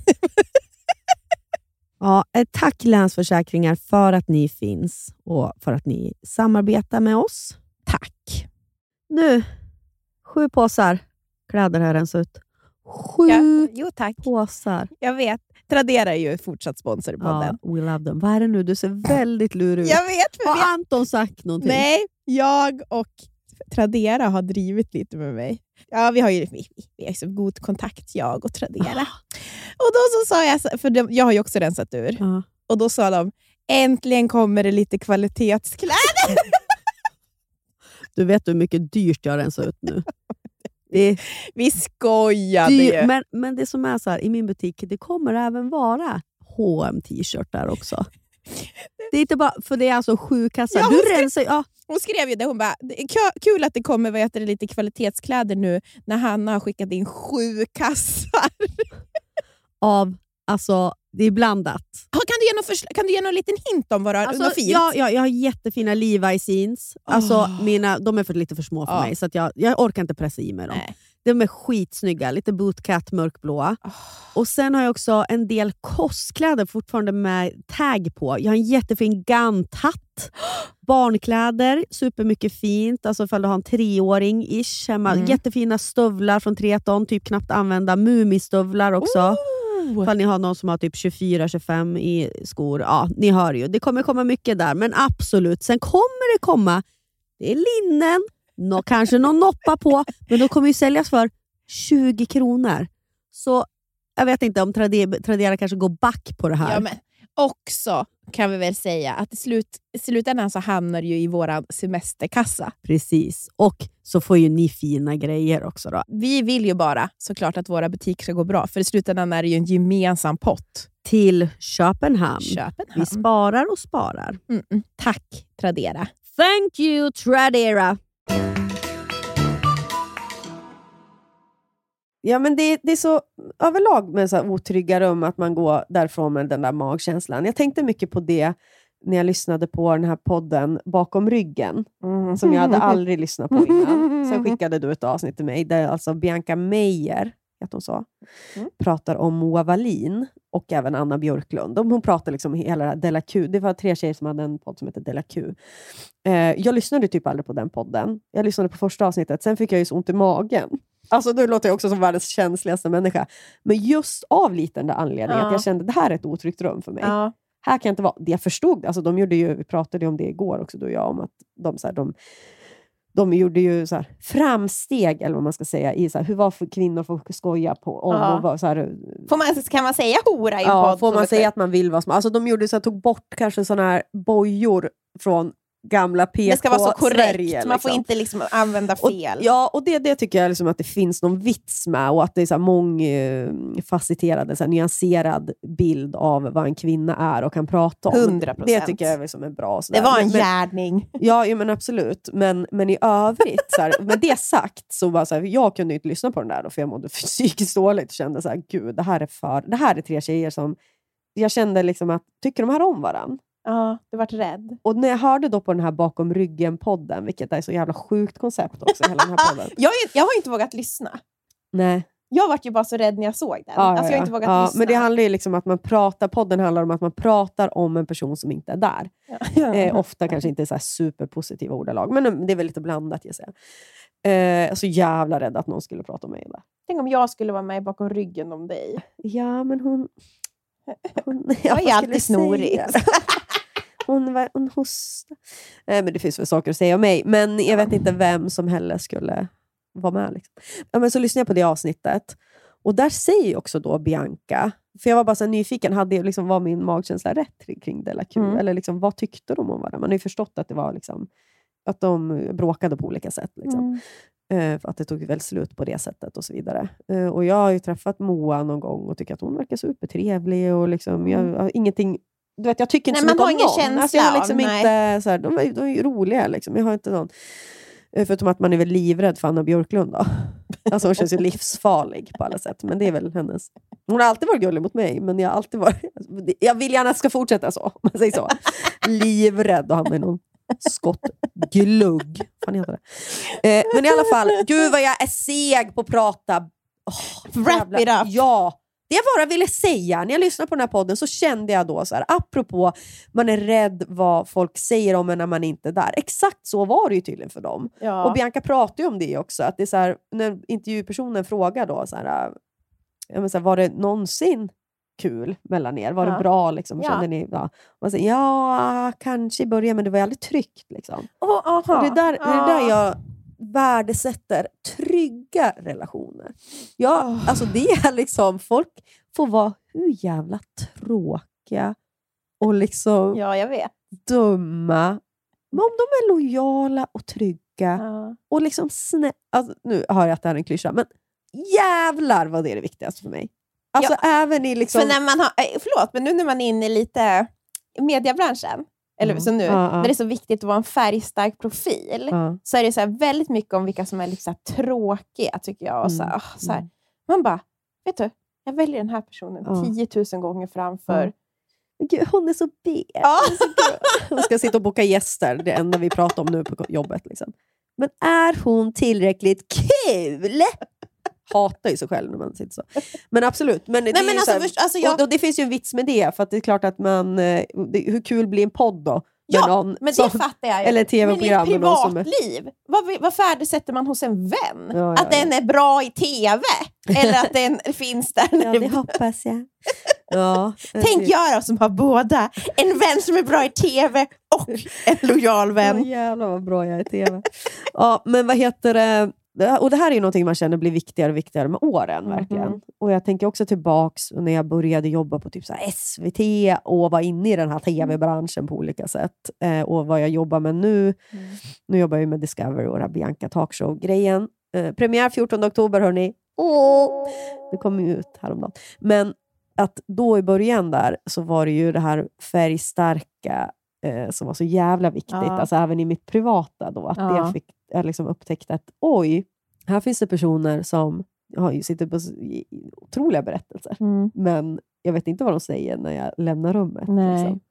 Ja, tack Länsförsäkringar för att ni finns och för att ni samarbetar med oss. Tack. Nu, sju påsar kläder har rensat ut. Sju ja, jo, tack. påsar. Jag vet. Tradera är ju fortsatt sponsor i podden. Ja, we love them. Vad är det nu? Du ser väldigt lurig ut. Jag vet. Har vi... Anton sagt någonting? Nej, jag och Tradera har drivit lite med mig. Ja, vi har ju vi, vi har så god kontakt, jag och Tradera. Ah. Och då så sa jag, för de, jag har ju också rensat ur. Ah. Och då sa de, äntligen kommer det lite kvalitetskläder. Du vet hur mycket dyrt jag rensar ut nu. Det vi skojade dyr, ju. Men, men det som är så här, i min butik, det kommer även vara H och M t-shirtar också. Det är inte bara, för det är alltså sju kassar. Ja, du skrev, rensar, ja. Hon skrev ju det, hon bara, det är kul att det kommer vad heter det, lite kvalitetskläder nu när Hanna har skickat in sju kassar. Av, alltså, det är blandat. Ja, kan, du ge någon försl- kan du ge någon liten hint om vad du har alltså, något fint? Ja, ja, jag har jättefina Levi's jeans. Alltså, oh. mina, de är för lite för små för oh. mig, så att jag, jag orkar inte pressa i mig dem. Nej. De är skitsnygga, lite bootcat, mörkblåa. Oh. Och sen har jag också en del kostkläder fortfarande med tag på. Jag har en jättefin Gant-hatt. Barnkläder, supermycket fint. Alltså ifall du har en treåring-ish hemma. Mm. Jättefina stövlar från Treton, typ knappt använda. Mumistövlar också. Oh. Ifall ni har någon som har typ tjugofyra tjugofem i skor. Ja, ni hör ju. Det kommer komma mycket där. Men absolut, sen kommer det komma. Det är linnen. Nå, kanske någon noppa på, men de kommer ju säljas för tjugo kronor. Så jag vet inte om Tradera, Tradera kanske går back på det här. Ja, men också kan vi väl säga att i, slut, i slutändan så hamnar ju i våran semesterkassa. Precis. Och så får ju ni fina grejer också då. Vi vill ju bara såklart att våra butiker ska gå bra. För i slutändan är det ju en gemensam pott. Till Köpenhamn. Köpenhamn. Vi sparar och sparar. Mm-mm. Tack Tradera. Thank you Tradera. Ja, men det, det är så överlag med så här otrygga rum att man går därifrån med den där magkänslan. Jag tänkte mycket på det när jag lyssnade på den här podden Bakom ryggen. Mm. Som jag hade aldrig lyssnat på innan. Sen skickade du ett avsnitt till mig där alltså Bianca Meijer, att hon sa, mm. pratar om Moa Wallin och även Anna Björklund. Hon pratar liksom hela Della Q. Det var tre tjejer som hade en podd som heter Della Q. Eh, jag lyssnade typ aldrig på den podden. Jag lyssnade på första avsnittet. Sen fick jag ju så ont i magen. Alltså nu låter jag också som världens känsligaste människa. Men just av lite den där anledningen ja. att jag kände det här är ett otryggt rum för mig. Ja. Här kan jag inte vara. Det jag förstod, alltså de gjorde ju, vi pratade ju om det igår också du och jag, om att de så här, de de gjorde ju så här framsteg eller vad man ska säga i så här, hur var för kvinnor får skoja på om ja. och var, så här, får man, kan man säga hora i en ja, podd? Får man säga att man vill vara smart? Alltså de gjorde så här, tog bort kanske såna här bojor från gamla P K. Det ska vara så korrekt. Sverige, man liksom. får inte liksom använda fel. Och, ja, och det, det tycker jag liksom att det finns någon vits med och att det är så här mångfacetterad, så här nyanserad bild av vad en kvinna är och kan prata om. hundra procent. Det tycker jag är liksom är bra. Det var en men, gärning. Ja, ja, men absolut. Men, men i övrigt, så här, med det sagt, så var så här, jag kunde inte lyssna på den där då, för jag mådde psykiskt dåligt och kände så här, gud, det här är för, det här är tre tjejer som jag kände liksom att, tycker de här om varandra? Ja, du vart rädd. Och när jag hörde då på den här Bakom ryggen-podden, vilket är så jävla sjukt koncept också, hela den här podden. jag, jag har inte vågat lyssna. Nej. Jag vart ju bara så rädd när jag såg den. Ja, alltså jag har ja, inte vågat ja. lyssna. Men det handlar ju liksom om att man pratar, podden handlar om att man pratar om en person som inte är där. Ja. Eh, ofta kanske inte är så här superpositiva ordalag, men det är väl lite blandat, jag säger. Eh, jag är så jävla rädd att någon skulle prata om mig där. Tänk om jag skulle vara med Bakom ryggen om dig. Ja, men hon... hon jag är alltid snorig. Hon, var, hon hostar. Nej, men det finns väl saker att säga om mig. Men jag vet inte vem som heller skulle vara med. Liksom. Ja, men så lyssnade jag på det avsnittet. Och där säger också då Bianca. För jag var bara så nyfiken. Hade liksom, var min magkänsla rätt kring Della Q? Mm. Eller liksom, vad tyckte de om varandra? Man har ju förstått att det var liksom, att de bråkade på olika sätt. Liksom. Mm. Uh, att det tog väl slut på det sättet och så vidare. Uh, och jag har ju träffat Moa någon gång och tycker att hon verkar supertrevlig. Och liksom, jag har ingenting... Du vet, jag tycker inte nej, så mycket man har om ingen någon. känsla alltså, jag har liksom om, inte, så här, de, är, de är ju roliga. Liksom. Jag har inte någon... Förutom att man är väl livrädd för Anna Björklund. Då. Alltså hon känns ju livsfarlig på alla sätt. Men det är väl hennes... Hon har alltid varit gullig mot mig. Men jag har alltid varit... Jag vill gärna att det ska fortsätta så. Om man säger så. Livrädd och hamna i någon skottglugg. Fan heter det. Eh, men i alla fall. Gud vad jag är seg på att prata. Oh, Wrap it up. Ja. Det jag bara ville säga, när jag lyssnade på den här podden så kände jag då så här, apropå man är rädd vad folk säger om en när man inte är där. Exakt så var det ju tydligen för dem. Ja. Och Bianca pratade ju om det också, att det är så här, när intervjupersonen frågar då så här, jag menar så här, var det någonsin kul mellan er? Var ja. det bra liksom? Ja. Kände ni, ja. Man säger, ja, kanske i början, men det var aldrig tryggt liksom. Oh, aha. Och det där, det är där jag värdesätter trygga relationer. Ja, oh. alltså det är liksom, folk får vara hur jävla tråkiga och liksom ja, jag vet. dumma. Men om de är lojala och trygga ja. och liksom snä... Alltså, nu har jag att det här är en klyscha, men jävlar vad det är det viktigaste för mig. Alltså ja. även i liksom... För när man har, förlåt, men nu när man är inne i lite mediebranschen, eller mm. så nu, ja, ja. när det är så viktigt att vara en färgstark profil, ja. så är det så här väldigt mycket om vilka som är liksom tråkiga, tycker jag. Och så här, mm. oh, så här. Man bara, vet du, jag väljer den här personen ja. tiotusen gånger framför. Ja. Gud, hon är så bet. Ja. Hon ska sitta och boka gäster, det enda vi pratar om nu på jobbet. Liksom. Men är hon tillräckligt kul? Hatar ju sig själv när man sitter så. Men absolut. Men det, Nej, men alltså, här, först, alltså jag... och, och det finns ju en vits med det. För att det är klart att man... Det, hur kul blir en podd då? Ja, någon, men det som, fattar jag ju. Eller tv-program. Men i privatliv, är... vad, vad färdigsätter man hos en vän? Ja, ja, att ja. den är bra i tv? Eller att den finns där? Ja, det hoppas jag. Ja. Tänk jag då som har båda. En vän som är bra i tv och en lojal vän. Ja, jävlar vad bra jag är i tv. Ja, men vad heter det? Och det här är ju någonting man känner blir viktigare och viktigare med åren, verkligen. Mm. Och jag tänker också tillbaks när jag började jobba på typ så här S V T och var inne i den här tv-branschen på olika sätt. Eh, och vad jag jobbar med nu. Mm. Nu jobbar jag med Discovery och den här Bianca Talkshow-grejen. Eh, premiär fjortonde oktober, hörni. Åh! Det kom ju ut häromdagen. Men att då i början där så var det ju det här färgstarka eh, som var så jävla viktigt. Ja. Alltså även i mitt privata då. Att ja. det fick jag liksom upptäckt att oj, här finns det personer som har ju sitter på otroliga berättelser. Mm. Men jag vet inte vad de säger när jag lämnar rummet. Liksom.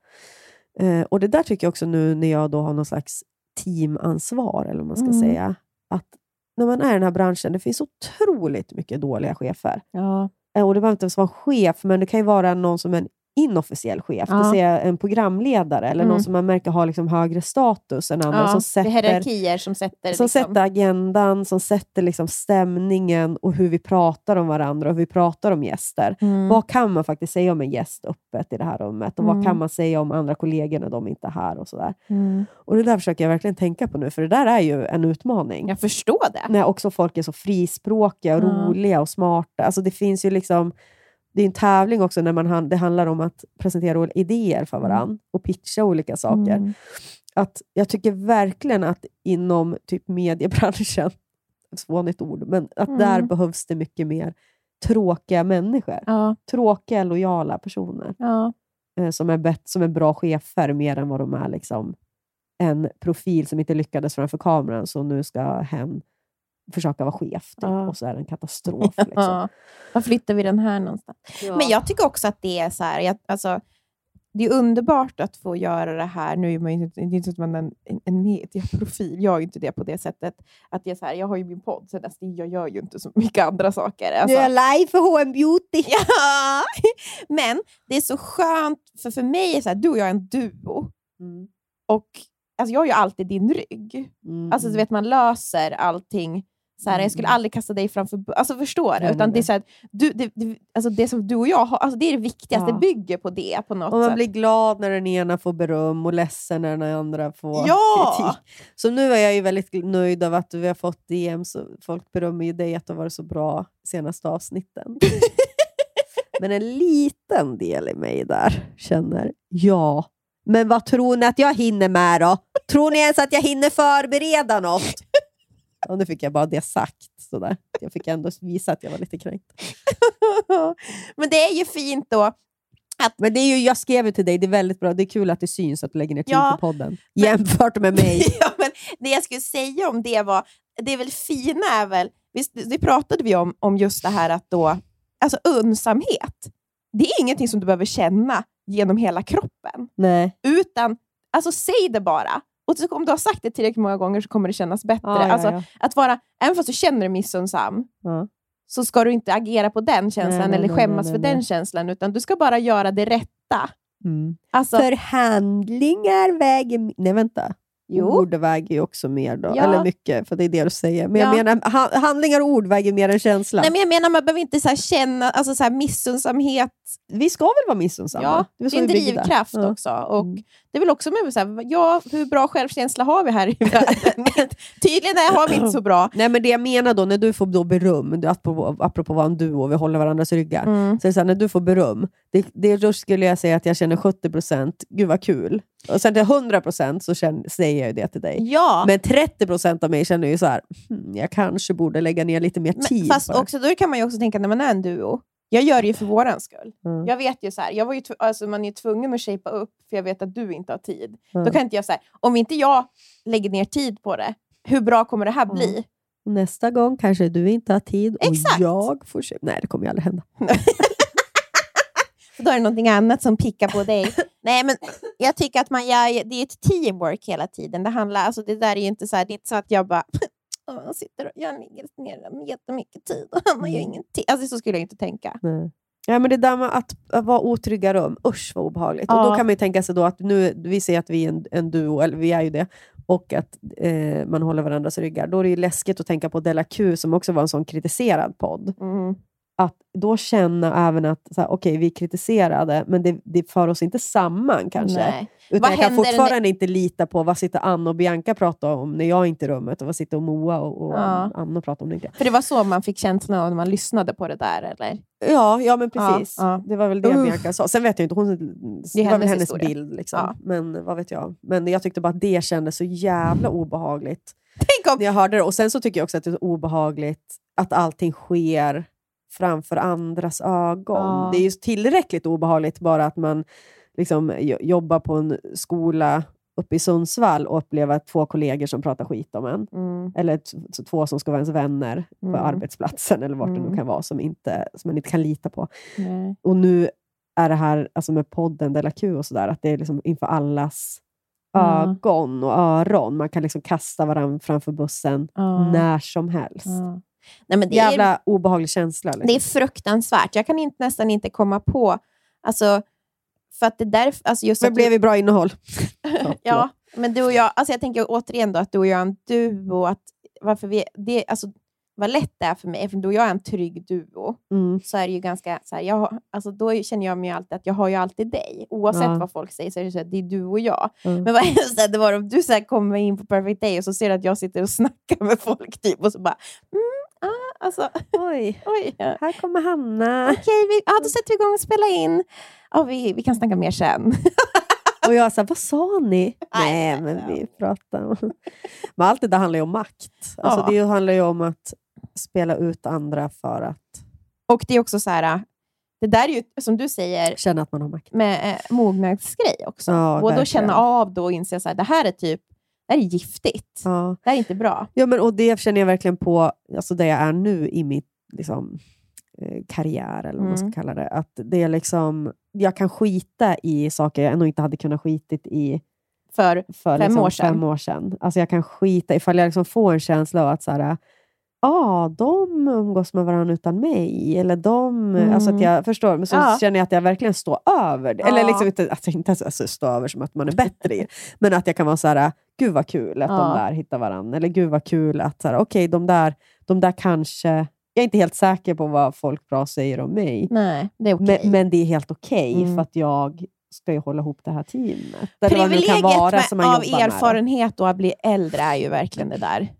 Eh, och det där tycker jag också nu när jag då har någon slags teamansvar eller vad man ska mm. säga. Att när man är i den här branschen, det finns otroligt mycket dåliga chefer. Ja. Eh, och det behöver inte ens vara en chef, men det kan ju vara någon som en inofficiell chef, ja. Det ser jag en programledare eller mm. någon som man märker har liksom högre status än andra, ja, som sätter, hierarkier som sätter som liksom. sätter agendan, som sätter liksom stämningen och hur vi pratar om varandra och hur vi pratar om gäster. Mm. Vad kan man faktiskt säga om en gäst öppet i det här rummet och mm. vad kan man säga om andra kollegor när de inte är här och sådär. Mm. Och det där försöker jag verkligen tänka på nu, för det där är ju en utmaning. Jag förstår det. När också folk är så frispråkiga och mm. roliga och smarta. Alltså det finns ju liksom det är en tävling också när man, det handlar om att presentera idéer för varandra mm. och pitcha olika saker. Mm. Att jag tycker verkligen att inom typ mediebranschen, ett svårigt ord, men att mm. där behövs det mycket mer tråkiga människor. Ja. Tråkiga, lojala personer. Ja. Eh, som, är bet- som är bra chefer mer än vad de är liksom en profil som inte lyckades framför kameran, så nu ska hen försöka vara chef typ, ja. Och så är det en katastrof. Liksom. Ja. Var flyttar vi den här någonstans? Ja. Men jag tycker också att det är så här, jag, alltså, det är underbart att få göra det här. Nu är man ju inte, inte som en, en medieprofil. Jag är ju inte det på det sättet. Att jag, så här, jag har ju min podd, så jag gör ju inte så mycket andra saker. Alltså. Du är live för H and Beauty. Ja. Men det är så skönt, för för mig är så här, du och jag är en duo. Mm. Och alltså, jag har ju alltid din rygg. Mm. Alltså du vet, man löser allting. Så här, mm. jag skulle aldrig kasta dig framför, alltså förstår du, utan det är så här, du, det, det, alltså det som du och jag har, alltså det är det viktigaste, ja. Det bygger på det på något och man sätt. blir glad när den ena får beröm och ledsen när den andra får ja. kritik. Så nu är jag ju väldigt nöjd av att vi har fått D M, så folk berömmer ju dig att det har varit så bra senaste avsnitten. Men en liten del i mig där känner, ja, men vad tror ni att jag hinner med då? Tror ni ens att jag hinner förbereda något? Och nu fick jag bara det sagt. Sådär. Jag fick ändå visa att jag var lite kränkt. Men det är ju fint då. Att... Men det är ju, jag skrev ju till dig, det är väldigt bra. Det är kul att det syns att du lägger ner tid ja, på podden. Men... Jämfört med mig. Ja, men det jag skulle säga om det var, det är väl fina är väl, visst, det pratade vi om, om just det här att då, alltså önsamhet. Det är ingenting som du behöver känna genom hela kroppen. Nej. Utan, alltså säg det bara. Och så, om du har sagt det tillräckligt många gånger så kommer det kännas bättre. Ja, ja, alltså, ja. Att vara, även fast du känner dig missunnsam, ja. så ska du inte agera på den känslan nej, nej, eller skämmas nej, nej, för nej. den känslan, utan du ska bara göra det rätta. Mm. Alltså, förhandlingar väger... Nej, vänta. Jo. Ord väger ju också mer då. Ja. Eller mycket, för det är det du säger. Men ja. jag menar, ha, handlingar och ord väger mer än känsla. Nej, men jag menar, man behöver inte så här känna alltså så här missunnsamhet. Vi ska väl vara missunnsamma? Ja, det är, det är en drivkraft ja. också. Och mm. det är väl också med så här, ja, hur bra självkänsla har vi här i världen? Tydligen har vi inte så bra. Nej, men det jag menar då, när du får då beröm, apropå, apropå vad en duo, vi håller varandras ryggar. Mm. Så är det så här, när du får beröm, det, det, då skulle jag säga att jag känner sjuttio procent, gud vad kul. Och sen till hundra procent så känner, säger jag ju det till dig. Ja. Men trettio procent av mig känner ju så här, hm, jag kanske borde lägga ner lite mer tid. Men, fast också, då kan man ju också tänka när man är en duo. Jag gör det ju för våran skull. Mm. Jag vet ju så här, jag var ju tv- alltså man är ju tvungen att shapea upp för jag vet att du inte har tid. Mm. Då kan inte jag säga, om inte jag lägger ner tid på det, hur bra kommer det här bli? Mm. Nästa gång kanske du inte har tid och exakt. Jag får se. Nej, det kommer ju aldrig hända. Då är det någonting annat som pickar på dig. Nej, men jag tycker att man gör, det är ett teamwork hela tiden. Det handlar, alltså det där är ju inte så här, det är inte så att jag bara jag sitter och jag ligger ner med jättemycket tid och han har ju ingenting. Alltså så skulle jag inte tänka. Nej. Ja, men det där med att, att vara otrygga rum, usch vad obehagligt. Ja. Och då kan man ju tänka sig då att nu, vi säger att vi är en, en duo, eller vi är ju det, och att eh, man håller varandras ryggar. Då är det ju läskigt att tänka på Della Q som också var en sån kritiserad podd. Mm. att då känna även att så här, okej, vi kritiserade, men det, det för oss inte samman kanske. Nej. Utan Vad jag kan händer fortfarande när- inte lita på vad sitter Anna och Bianca pratar om när jag är inte är i rummet, och vad sitter Moa och, och Ja. Anna pratar om när inte. För det var så man fick känslan av när man lyssnade på det där, eller? Ja, ja men precis. Ja, ja. Det var väl det Uff. Bianca sa. Sen vet jag inte, hon, det, Det är var väl hennes hennes historia. bild. Liksom. Ja. Men vad vet jag. Men jag tyckte bara att det kändes så jävla obehagligt. Tänk om... När jag hörde det. Och sen så tycker jag också att det är obehagligt att allting sker framför andras ögon. Ja. Det är ju tillräckligt obehagligt bara att man liksom jo- jobbar på en skola uppe i Sundsvall och upplever två kollegor som pratar skit om en. Mm. Eller t- två som ska vara ens vänner på Mm. arbetsplatsen eller vart det Mm. nu kan vara som, inte, som man inte kan lita på. Nej. Och nu är det här alltså med podden Della Q och sådär, att det är liksom inför allas Ja. ögon och öron. Man kan liksom kasta varandra framför bussen Ja. när som helst. Ja. Nej, men det Jävla är, obehaglig känsla. Liksom. det är fruktansvärt. Jag kan inte, nästan inte komma på... Alltså, för att det där... Alltså just Men att blev du, vi bra innehåll? ja, men du och jag... Alltså jag tänker återigen då att du och jag är en duo. Att varför vi, det, alltså, vad lätt det är för mig. För du och jag är en trygg duo. Mm. Så är det ju ganska... Så här, jag, har- alltså, då känner jag mig alltid att jag har ju alltid dig. Oavsett Ja. vad folk säger så är det så att det är du och jag. Mm. Men vad är det, så här, det var om du så här, kommer in på Perfect Day och så ser du att jag sitter och snackar med folk typ. Och så bara... Mm, ah, alltså... Oj, Oj, ja. här kommer Hanna. Okej, vi, ja, då sätter vi igång och spelar in. Ja, vi, vi kan snacka mer sen. Och jag sa, vad sa ni? Nej, Nej, men vi pratar. Men allt det där handlar ju om makt. Alltså, Ja. det handlar ju om att spela ut andra för att Och det är också så här, det där är ju som du säger känna att man har makt. med eh, mognadsgrej också. Ja, och då verkligen. känna av då och inse så här, det här är typ, det här är giftigt. Ja. Det här är inte bra. Ja, men, och det känner jag verkligen på, alltså där jag är nu i mitt liksom, eh, karriär, eller vad man ska Mm. kalla det. Att det är liksom, jag kan skita i saker jag ändå inte hade kunnat skitit i För, för Fem liksom, år sedan. fem år sedan. Alltså jag kan skita ifall jag liksom får en känsla av att så här, ah, de umgås med varandra utan mig. Eller de, Mm. alltså att jag förstår, men så Ja. känner jag att jag verkligen står över det. Ja. Eller liksom inte, alltså inte alltså, stå över som att man är bättre i det. Men att jag kan vara så här, gud vad kul att Ja. de där hittar varandra. Eller gud vad kul att, så här, okej, de där, de där kanske, jag är inte helt säker på vad folk bra säger om mig. nej, det är okej. Men, men det är helt okej, Mm. för att jag ska ju hålla ihop det här teamet. Eller vad det nu kan Privilegiet vara med, som man av jobbar med det. erfarenhet och att bli äldre är ju verkligen det där.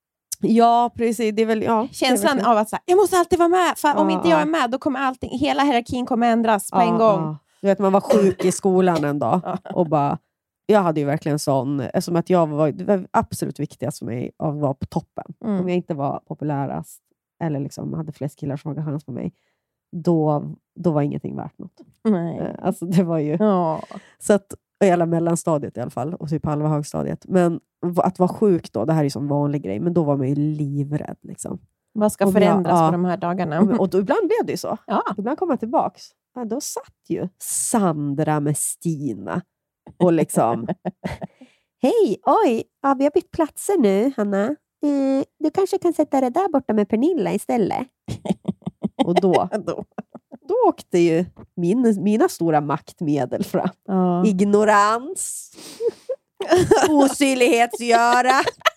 Ja, precis. Det är väl, ja, Känslan det är väl, av att så här, jag måste alltid vara med. För om Ja, inte jag ja. är med, då kommer allting, hela hierarkin kommer ändras på ja, en gång. ja. Du vet, man var sjuk i skolan en dag Ja. och bara, jag hade ju verkligen sån, eftersom att jag var, det var absolut viktigast för mig att vara på toppen. Mm. Om jag inte var populärast eller liksom hade flest killar som hade chans på mig, då, då var ingenting värt något. Nej. Eh, Alltså det var ju, Ja. så att, och hela mellanstadiet i alla fall, och typ halva högstadiet. Men v- att vara sjuk då, det här är ju som vanlig grej, men då var man ju livrädd liksom. Vad ska Och jag- förändras ja. på de här dagarna? Och, och då, ibland blev det ju så. Ja. Ibland kom jag tillbaks. Ja, då satt ju Sandra med Stina och liksom hej, oj, ja, vi har bytt platser nu, Hanna. Eh, du kanske kan sätta det där borta med Pernilla istället. Och då, Då. då åkte ju min, mina stora maktmedel fram. Ja. Ignorans, osynlighetsgöra,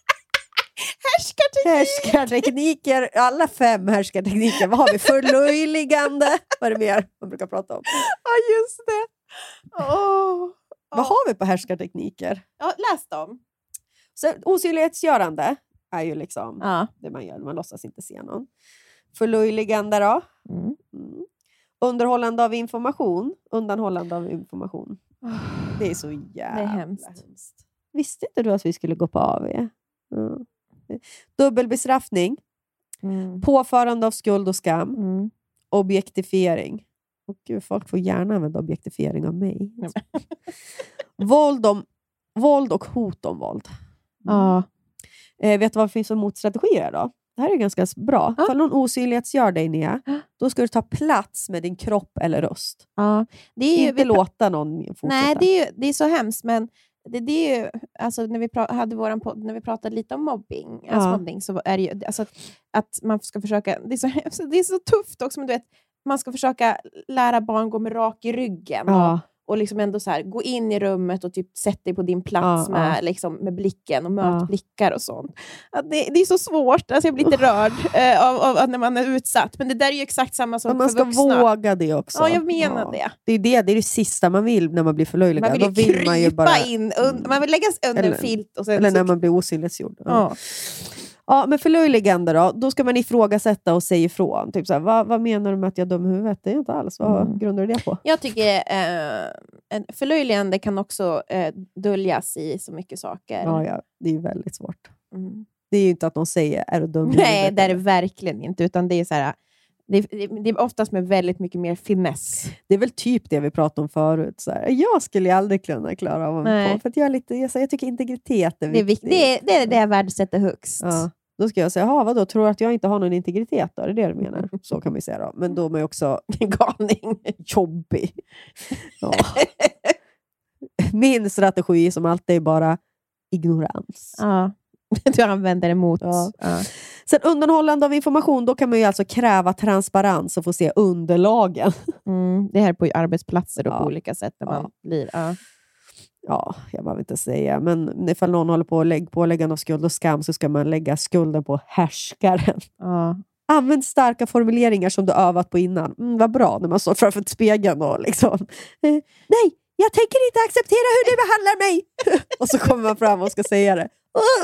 härskartekniker, alla fem härskartekniker. Vad har vi? Förlöjligande. Vad är det mer man brukar prata om? Ja, just det. Åh. Vad har vi på härskartekniker? Ja, läs dem. Så, osynlighetsgörande är ju liksom Ja. det man gör. Man låtsas inte se någon. Förlöjligande då? Mm. Mm. Underhållande av information. Undanhållande av information. Det är så jävla Det är hemskt. hemskt. Visste inte du att vi skulle gå på A V? Mm. Dubbelbestraffning. Mm. Påförande av skuld och skam. Mm. Objektifiering. Och gud, folk får gärna använda objektifiering av mig. Nej. våld, om, våld och hot om våld. Ja. Eh, vet du vad det finns för motstrategier då? Det här är ganska bra. Ja. Om någon osynlighetsgör dig, Nia, då ska du ta plats med din kropp eller röst. Ja. Det är ju, Inte vi, låta någon fortsätta. nej, det är, ju, det är så hemskt, men det, det är ju, alltså, när, vi pra, hade våran podd, när vi pratade lite om mobbing, Ja. alltså, mobbing så är det ju alltså, att, att man ska försöka, det är, så, hemskt, det är så tufft också, men du vet, man ska försöka lära barn gå med rak i ryggen. Ja. Och, och liksom ändå så här, gå in i rummet och typ sätta dig på din plats Ja, med, ja. liksom, med blicken och möta Ja. blickar och sånt. Att det, det är så svårt. Alltså jag blir lite rörd eh, av, av, av när man är utsatt. Men det där är ju exakt samma som Men man för ska vuxna. våga det också. Ja, jag menar Ja. det. Det är det, det är det sista man vill när man blir förlöjligad. Man vill ju Då vill krypa man ju bara, in, un, man vill lägga sig under Eller- en filt och sen eller så, när man blir osynlighetsgjord. Ja. ja. Ja, men förlöjligande då, då ska man ifrågasätta och säga ifrån. Typ så här, vad, vad menar du med att jag är dum i huvudet? Det är inte alls. Vad Mm. grundar du det på? Jag tycker eh, en förlöjligande kan också eh, döljas i så mycket saker. Ja, ja, det är ju väldigt svårt. Mm. Det är ju inte att de säger, är du dum i Nej, huvudet? det är det verkligen inte. Utan det är så här, det, det, det är oftast med väldigt mycket mer finess. Det är väl typ det vi pratade om förut. Så här, jag skulle ju aldrig kunna klara av en Nej. podd, för att jag, är lite, jag, säger, jag tycker integritet är Det är, viktigt. vik- det, är, det är det jag värdesätter högst. Ja. Då ska jag säga, jaha, vadå, tror du att jag inte har någon integritet då? Är det det du menar? Så kan vi säga då. Men då är man ju också galning. Jobbig. Ja. Min strategi som alltid är bara ignorans. Ja. Du använder det emot. Ja. Ja. Sen undanhållande av information, då kan man ju alltså kräva transparens och få se underlagen. Mm, det här är på arbetsplatser och Ja. på olika sätt. Där Ja. man blir, ja. Ja, jag behöver inte säga. Men ifall någon håller på att lägga påläggande av skuld och skam, så ska man lägga skulden på härskaren. Ja. Använd starka formuleringar som du övat på innan. Mm, vad bra när man står framför spegeln och liksom... Eh, nej, jag tänker inte acceptera hur du behandlar mig. Och så kommer man fram och ska säga det.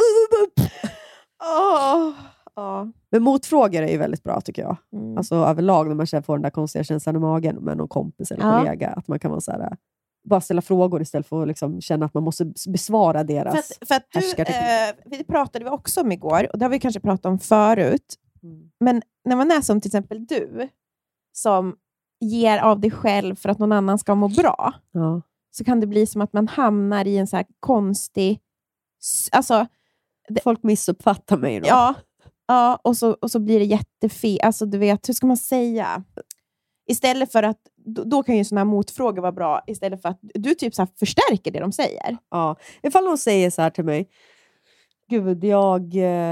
Oh. Ja. Men motfrågor är ju väldigt bra tycker jag. Mm. Alltså överlag när man känner, får den där konstiga känslan i magen med någon kompis eller Ja. kollega. Att man kan vara så här, bara ställa frågor istället för att liksom känna att man måste besvara deras... För att, för att du, härskarteknik. eh, vi pratade vi också om igår, och det har vi kanske pratat om förut. Mm. Men när man är som till exempel du, som ger av dig själv för att någon annan ska må bra, Ja. så kan det bli som att man hamnar i en så här konstig... s- Alltså, Folk missuppfattar mig då. ja, ja och, så, och så blir det jättefel. Alltså, du vet, hur ska man säga? Istället för att, då, då kan ju sådana här motfrågor vara bra, istället för att du typ så här förstärker det de säger. Ja. Ifall någon säger så här till mig, gud, jag,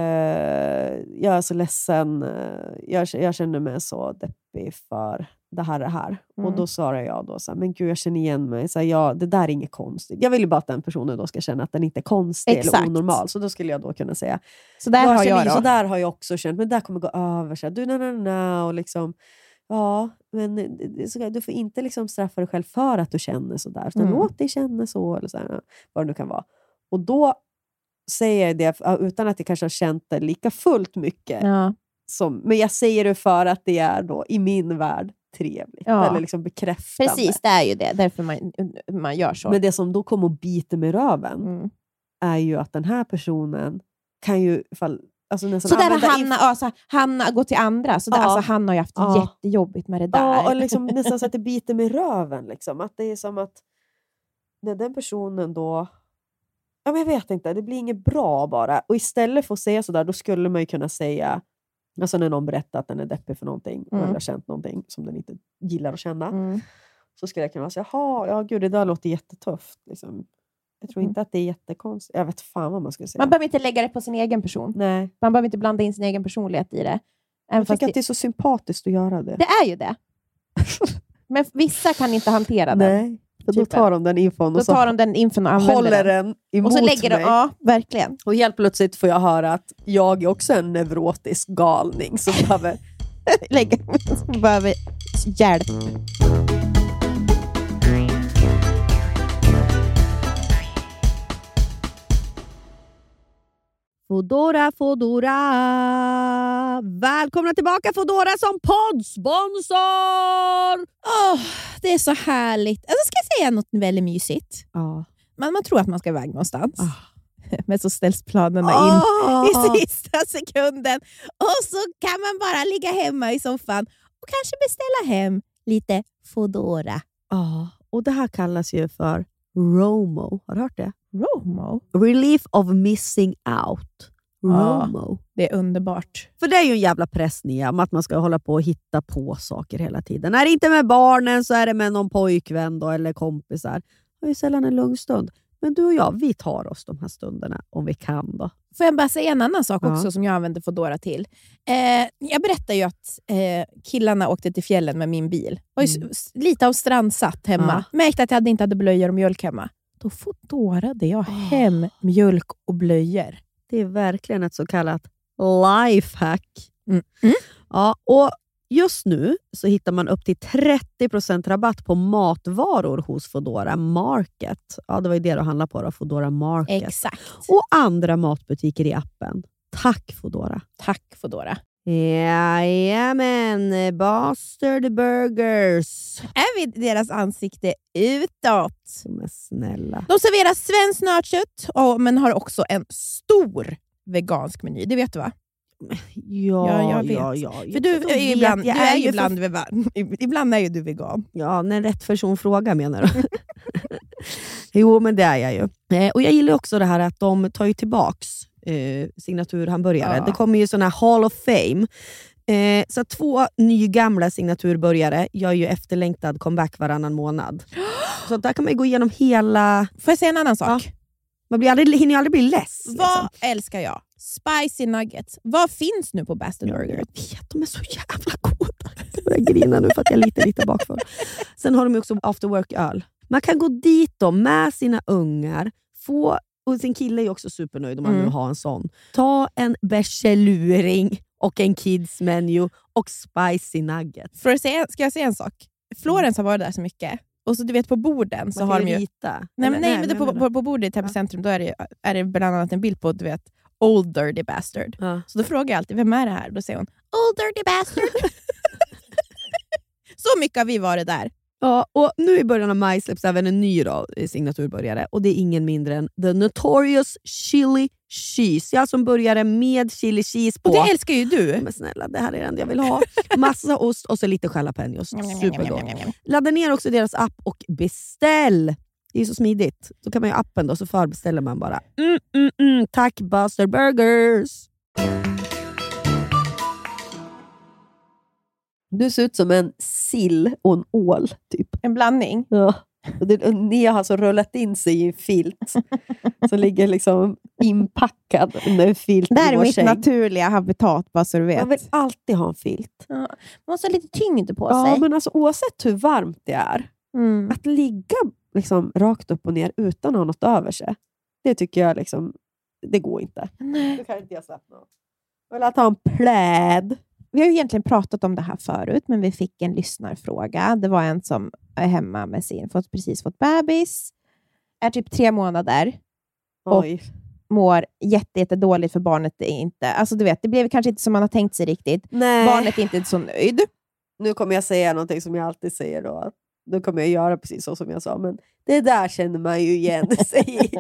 eh, jag är så ledsen, eh, jag, jag känner mig så deppig för det här det här. Mm. Och då svarar jag då så här, men gud, jag känner igen mig. Så här, ja, det där är inget konstigt. Jag vill ju bara att den personen då ska känna att den inte är konstig Exakt. eller onormal. Så då skulle jag då kunna säga, Så där jag har känner jag ju- då. så där har jag också känt, men det där kommer gå över. Så här, du, na, na, na, och liksom, ja, men det- det- så- du får inte liksom straffa dig själv för att du känner så där. Utan Mm. låt dig känna så, eller så här, vad det nu kan vara. Och då säger jag det ja, utan att jag kanske har känt det lika fullt mycket. Ja. Som, men jag säger det för att det är då i min värld trevligt. Ja. Eller liksom bekräftande. Precis, det är ju det. Därför man, man gör så. Men det som då kommer att bita med röven Mm. är ju att den här personen kan ju ifall, alltså nästan Så där har använda Hanna, alltså, Hanna går till andra. Så där, Ja. alltså, Hanna har ju haft Ja. jättejobbigt med det där. Ja, och liksom nästan så att det biter med röven. Liksom. Att det är som att när den personen då... Ja, men jag vet inte, det blir inget bra bara. Och istället för att säga sådär, då skulle man ju kunna säga... Alltså när någon berättar att den är deppig för någonting, Mm. eller har känt någonting som den inte gillar att känna. Mm. Så skulle jag kunna säga, jaha, ja gud, det där låter jättetufft. Liksom. Jag tror Mm. inte att det är jättekonstigt. Jag vet fan vad man skulle säga. Man behöver inte lägga det på sin egen person. Nej, Man behöver inte blanda in sin egen personlighet i det. Även jag fast tycker det, att det är så sympatiskt att göra det. det är ju det. Men vissa kan inte hantera den. Nej, för då Typen. tar de den infon Då och så tar de den infon och använder håller den. den emot Och så lägger de, mig. ja, verkligen. Och helt plötsligt får jag höra att jag är också en neurotisk galning som behöver... Lägger, som behöver hjälp. Foodora, Foodora. Välkomna tillbaka Foodora som poddsponsor! Åh, det är så härligt. Alltså, ska jag säga något väldigt mysigt? Ja. Man, man tror att man ska iväg någonstans. Ah. Men så ställs planerna Ah. in i sista sekunden. Och så kan man bara ligga hemma i soffan och kanske beställa hem lite Foodora. Ja, och det här kallas ju för ROMO. Har du hört det? Romo. Relief of missing out. Ja. ROMO. Det är underbart. För det är ju en jävla press Nia, om att man ska hålla på och hitta på saker hela tiden. Är det inte med barnen så är det med någon pojkvän då, eller kompisar. Det är ju sällan en lugn stund. Men du och jag, vi tar oss de här stunderna om vi kan då. Får jag bara säga en annan sak också Ja. som jag använder Foodora till? Eh, jag berättade ju att eh, killarna åkte till fjällen med min bil. Var ju Mm. s- lite av strandsatt hemma. Märkte att jag hade inte hade blöjor och mjölk hemma. Då Foodorade jag hem mjölk och blöjor. Det är verkligen ett så kallat lifehack. Mm. Mm. Ja, och just nu så hittar man upp till trettio procent rabatt på matvaror hos Foodora Market. Ja, det var ju det du handlade på då, Foodora Market. Exakt. Och andra matbutiker i appen. Tack Foodora. Tack Foodora. Jajamän, Bastard Burgers. Är vi deras ansikte utåt? Men snälla. De serverar svenskt nötkött, och, men har också en stor vegansk meny. Det vet du va? Ja, Ja, jag vet. ja, ja. För du Jag är vet, ibland, jag du är ju för- ibland, vegan. ibland är ju du vegan. Ja, när rätt person frågar menar du? Jo, men det är jag ju. Eh, och jag gillar också det här att de tar ju tillbaks eh, signaturhamburgare. Ja. Det kommer ju såna här Hall of Fame. Eh, så två nygamla signaturburgare gör ju efterlängtad comeback varannan månad. Så där kan man ju gå igenom hela... Får jag säga en annan sak? Ja. Man blir aldrig, hinner ju aldrig bli less. Vad liksom. älskar jag? Spicy nuggets. Vad finns nu på Bastard Jag Burger? vet, de är så jävla goda. Jag börjar grina nu för att jag är lite, lite bakför. Sen har de ju också after work-öl. Man kan gå dit då med sina ungar, få, och sin kille är ju också supernöjd om man Mm. nu har en sån. Ta en bärseluring och en kids menu och spicy nuggets. För att säga, ska jag säga en sak? Florens har varit där så mycket. Och så du vet på borden så Man har kan de ju ju... rita. Nej, men, Eller- nej, men det, jag på, menar. på, på bordet i Täby Ja. centrum då är det, är det bland annat en bild på, du vet, Old Dirty Bastard. Ja. Så då frågar jag alltid, vem är det här? Då säger hon, Old Dirty Bastard. Så mycket har vi varit där. Ja, och nu i början av maj släpps även en ny då, signaturbörjare. Och det är ingen mindre än The Notorious Chili Cheese. Jag som började med chili cheese på. Och det älskar ju du. Men snälla, det här är det enda jag vill ha. Massa ost och så lite jalapenos. Supergott. Ladda ner också deras app och beställ. Det är så smidigt. Så kan man ju appen då, så förbeställer man bara. Mm, mm, mm. Tack Bastard Burgers. Du ser ut som en sill och en ål typ. En blandning. Ja. Och det, och ni har alltså rullat in sig i en filt som ligger liksom inpackad under en filt. Det här i är vår mitt säng. naturliga habitat, bara så du vet. Man vill alltid ha en filt. Ja. Man måste ha lite tyngd på Ja, sig. men alltså, oavsett hur varmt det är, Mm. att ligga liksom rakt upp och ner utan att ha något över sig, det tycker jag liksom, det går inte. Nej. Då kan inte jag slappna av. Jag vill att ha en pläd. Vi har ju egentligen pratat om det här förut, men vi fick en lyssnarfråga. Det var en som är hemma med sin, fått, precis fått bebis, är typ tre månader, Oj. mår jätte, jätte dåligt för barnet är inte, alltså du vet, det blev kanske inte som man har tänkt sig riktigt. Nej. Barnet är inte så nöjd. Nu kommer jag säga någonting som jag alltid säger då. Då kommer jag göra precis så som jag sa, men det där känner man ju igen sig i.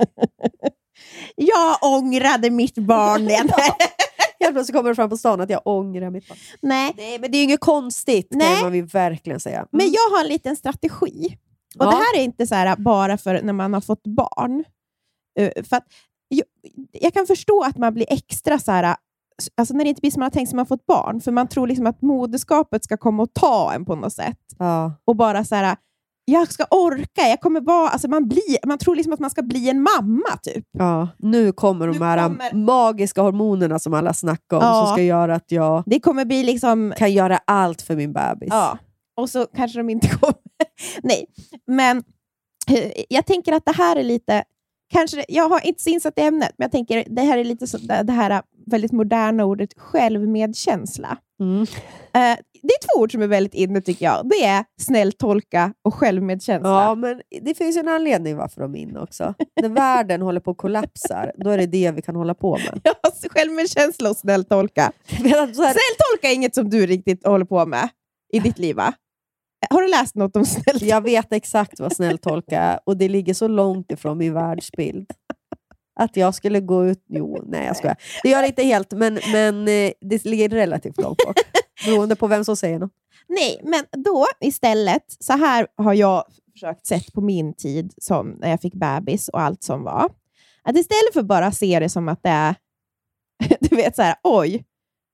Jag ångrade mitt barn. Helt plötsligt kommer det fram på stan att jag ångrar mitt barn. Nej. Nej, men det är ju inget konstigt, Nej. kan man vill verkligen säga. Mm. Men jag har en liten strategi. Och Ja. det här är inte så här bara för när man har fått barn. Uh, för att jag, jag kan förstå att man blir extra så här, alltså när det inte blir som man har tänkt sig man har fått barn. För man tror liksom att moderskapet ska komma och ta en på något sätt. Ja. Och bara så här, jag ska orka, jag kommer vara, alltså man, blir, man tror liksom att man ska bli en mamma typ. Ja, nu kommer de Nu här kommer- magiska hormonerna som alla snackar om, Ja. som ska göra att jag Det kommer bli liksom... kan göra allt för min bebis. Ja, och så kanske de inte kommer. Nej, men eh, jag tänker att det här är lite... Kanske, jag har inte så insatt i ämnet, men jag tänker det här är lite så, det här väldigt moderna ordet självmedkänsla. Mm. Eh, det är två ord som är väldigt inne tycker jag. Det är snälltolka och självmedkänsla. Ja, men det finns ju en anledning varför de är inne också. När världen håller på att kollapsar, då är det det vi kan hålla på med. Ja, så självmedkänsla och snälltolka. Så här, Snälltolka är inget som du riktigt håller på med i ditt liv, va? Har du läst något om snälltolka? jag vet exakt vad snälltolka är, och det ligger så långt ifrån min världsbild. Att jag skulle gå ut... Jo, nej jag skojar. Det gör det inte helt, men, men eh, det ligger relativt långt bort. Beroende på vem som säger något. Nej, men då istället, så här har jag försökt sett på min tid som när jag fick bebis och allt som var. Att istället för bara se det som att det är, du vet så här, oj,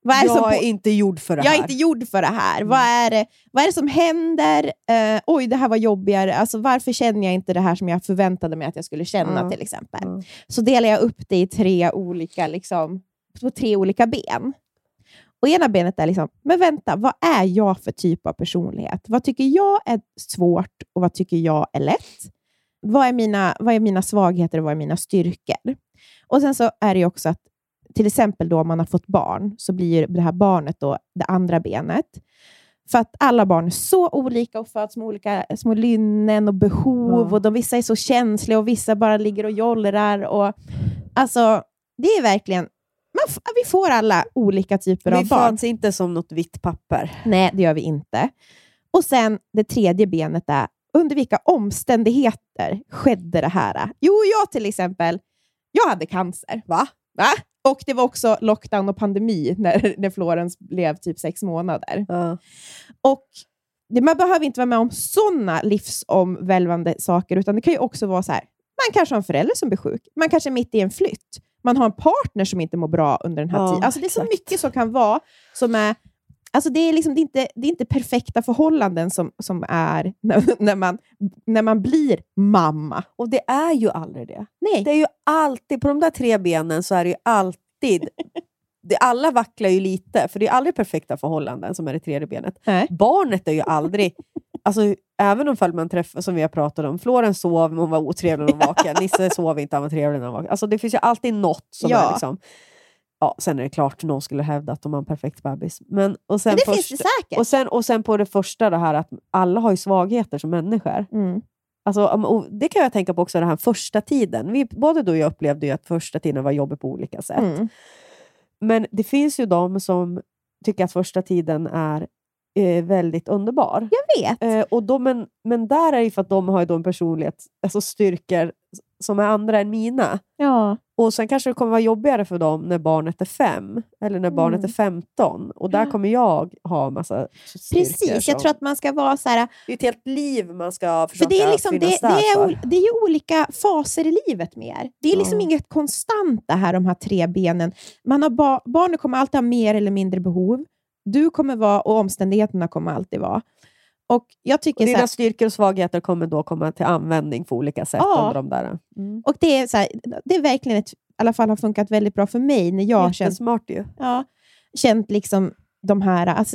Vad är, det jag som på, är inte gjord för det här. jag är inte gjord för det här. Mm. Vad, är det, vad är det som händer? Eh, oj, det här var jobbigare. Alltså, varför känner jag inte det här som jag förväntade mig att jag skulle känna mm. till exempel? Mm. Så delar jag upp det i tre olika, liksom, på tre olika ben. Och ena benet är liksom, men vänta, vad är jag för typ av personlighet? Vad tycker jag är svårt och vad tycker jag är lätt? Vad är mina, vad är mina svagheter och vad är mina styrkor? Och sen så är det ju också att till exempel då om man har fått barn så blir ju det här barnet då det andra benet. För att alla barn är så olika och föds med olika små lynnen och behov. Ja. Och de, vissa är så känsliga och vissa bara ligger och jollrar. Och, alltså, det är verkligen... Man, vi får alla olika typer vi av barn. Vi föds inte som något vitt papper. Nej, det gör vi inte. Och sen det tredje benet är under vilka omständigheter skedde det här? Jo, jag till exempel, jag hade cancer. Va? Va? Och det var också lockdown och pandemi när, när Florens blev typ sex månader. Uh. Och det, man behöver inte vara med om sådana livsomvälvande saker, utan det kan ju också vara så här, man kanske har en förälder som blir sjuk. Man kanske är mitt i en flytt. Man har en partner som inte mår bra under den här Ja, tiden. Alltså det är exakt. så mycket som kan vara som är... Alltså det är liksom det är inte det är inte perfekta förhållanden som som är när, när man när man blir mamma. Och det är ju aldrig det. Nej. Det är ju alltid på de där tre benen så är det ju alltid det, alla vacklar ju lite för det är aldrig perfekta förhållanden som är det tredje benet. Nej. Barnet är ju aldrig alltså även om fall man träffar som vi har pratat om Florens sov men hon var otrevlig när hon var vaken. Nisse sov inte han var trevlig när han var vaken. Alltså det finns ju alltid något som ja. är liksom. Ja, sen är det klart någon skulle hävda att de har en perfekt bebis. Men, och sen Men det först, finns det säkert. Och sen, och sen på det första det här att alla har ju svagheter som människor. Mm. Alltså, och det kan jag tänka på också den här första tiden. Vi, både du och jag upplevde ju att första tiden var jobbig på olika sätt. Mm. Men det finns ju de som tycker att första tiden är eh, väldigt underbar. Jag vet. Eh, och de, men, men där är det ju för att de har ju då en personlighet, alltså styrkor som är andra än mina. Ja. Och sen kanske det kommer vara jobbigare för dem när barnet är fem. Eller när barnet Mm. är femton. Och där kommer jag ha en massa styrkor. Precis, jag som, tror att man ska vara så här... det är ett helt liv man ska försöka För det är, liksom, det, finnas det, där är, för. det är ju olika faser i livet mer. Det är liksom Ja. inget konstant det här, de här tre benen. Man har ba, barnen kommer alltid ha mer eller mindre behov. Du kommer vara, och omständigheterna kommer alltid vara. Och jag tycker Och så dina här, styrkor och svagheter kommer då komma till användning på olika sätt Ja. under de där. Mm. och det är så här, det är verkligen ett, i alla fall har funkat väldigt bra för mig när jag har känt, Jättesmart ju. ja, känt liksom de här, alltså,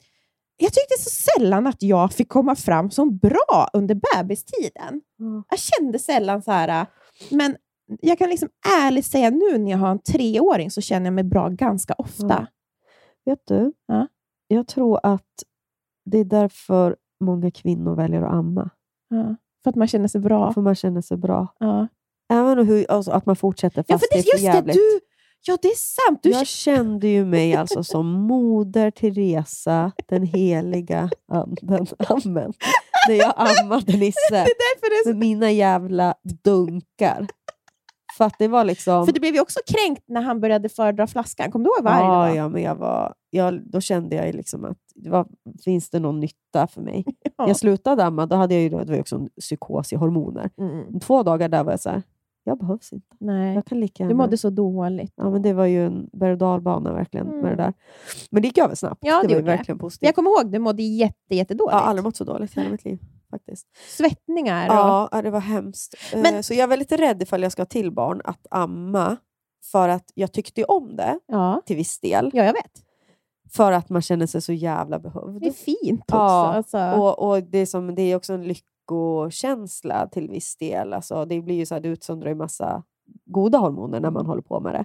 jag tyckte så sällan att jag fick komma fram som bra under bebistiden. Mm. Jag kände sällan så här, men jag kan liksom ärligt säga nu när jag har en treåring så känner jag mig bra ganska ofta. Mm. Vet du? Ja. Jag tror att det är därför många kvinnor väljer att amma. Ja, för att man känner sig bra. För man känner sig bra. Ja. Även hur, alltså, att man fortsätter Ja, fast för det, det är för just det, jävligt. du, ja, det är sant. Du Jag kände ju mig alltså som moder Teresa, den heliga anden. Amen. När jag ammade Nisse. det är därför det är så... Med mina jävla dunkar. För att det var liksom... För det blev ju också kränkt när han började föredra flaskan. Kommer du ihåg vad arg det var? Ja, ja, men jag var... Jag, då kände jag ju liksom att det var, finns det någon nytta för mig? Ja. Jag slutade amma, då hade jag ju, det var ju också en psykos i hormoner. Mm. Två dagar där var jag så här, jag behövs inte. Nej, Jag kan lika du gärna. mådde så dåligt. Ja, men det var ju en berg- och dalbana verkligen Mm. med det där. Men det gick över snabbt. Ja, det det var ju gjorde det. verkligen positivt. Jag kommer ihåg, du mådde jätte, jättedåligt. Jag har aldrig mått så dåligt i hela mitt liv. Faktiskt. Svettningar. Och... Ja, ja, det var hemskt. Men- Men... Så jag var lite rädd ifall jag ska ha till barn att amma. För att jag tyckte ju om det Ja. till viss del. ja, jag vet. För att man känner sig så jävla behövd. Det är fint också. Ja, Alltså. och, och det, är som, det är också en lyckokänsla till viss del. Alltså, det blir ju så här, det utsöndrar ju massa goda hormoner när man håller på med det.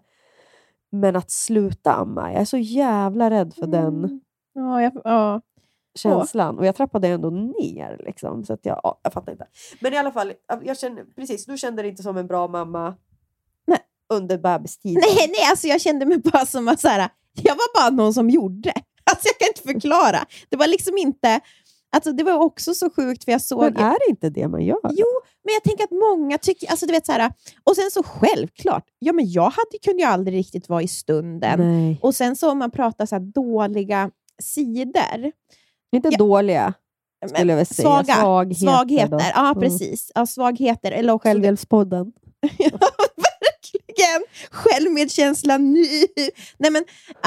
Men att sluta amma, jag är så jävla rädd för den Mm. Ja, jag, ja. känslan. Och jag trappade ändå ner. Liksom, så att jag, ja, jag fattar inte. Men i alla fall, jag känner, precis, du kände dig inte som en bra mamma. Nej. Under bebistiden. Nej, nej, alltså jag kände mig bara som att så här, jag var bara någon som gjorde. Alltså jag kan inte förklara. Det var liksom inte... Alltså det var också så sjukt för jag såg... Men är det inte det man gör? Jo, men jag tänker att många tycker... Alltså du vet så här... Och sen så självklart. Ja, men jag hade, kunde ju aldrig riktigt vara i stunden. Nej. Och sen så om man pratar så här dåliga sidor. Inte Ja. dåliga. Skulle jag väl säga. Svaga. Svagheter. Svagheter. då. Ja, Mm. precis. Ja, svagheter. Eller också... Självhjälpspodden. Ja, verkligen. Självmedkänsla nu. Nej, men att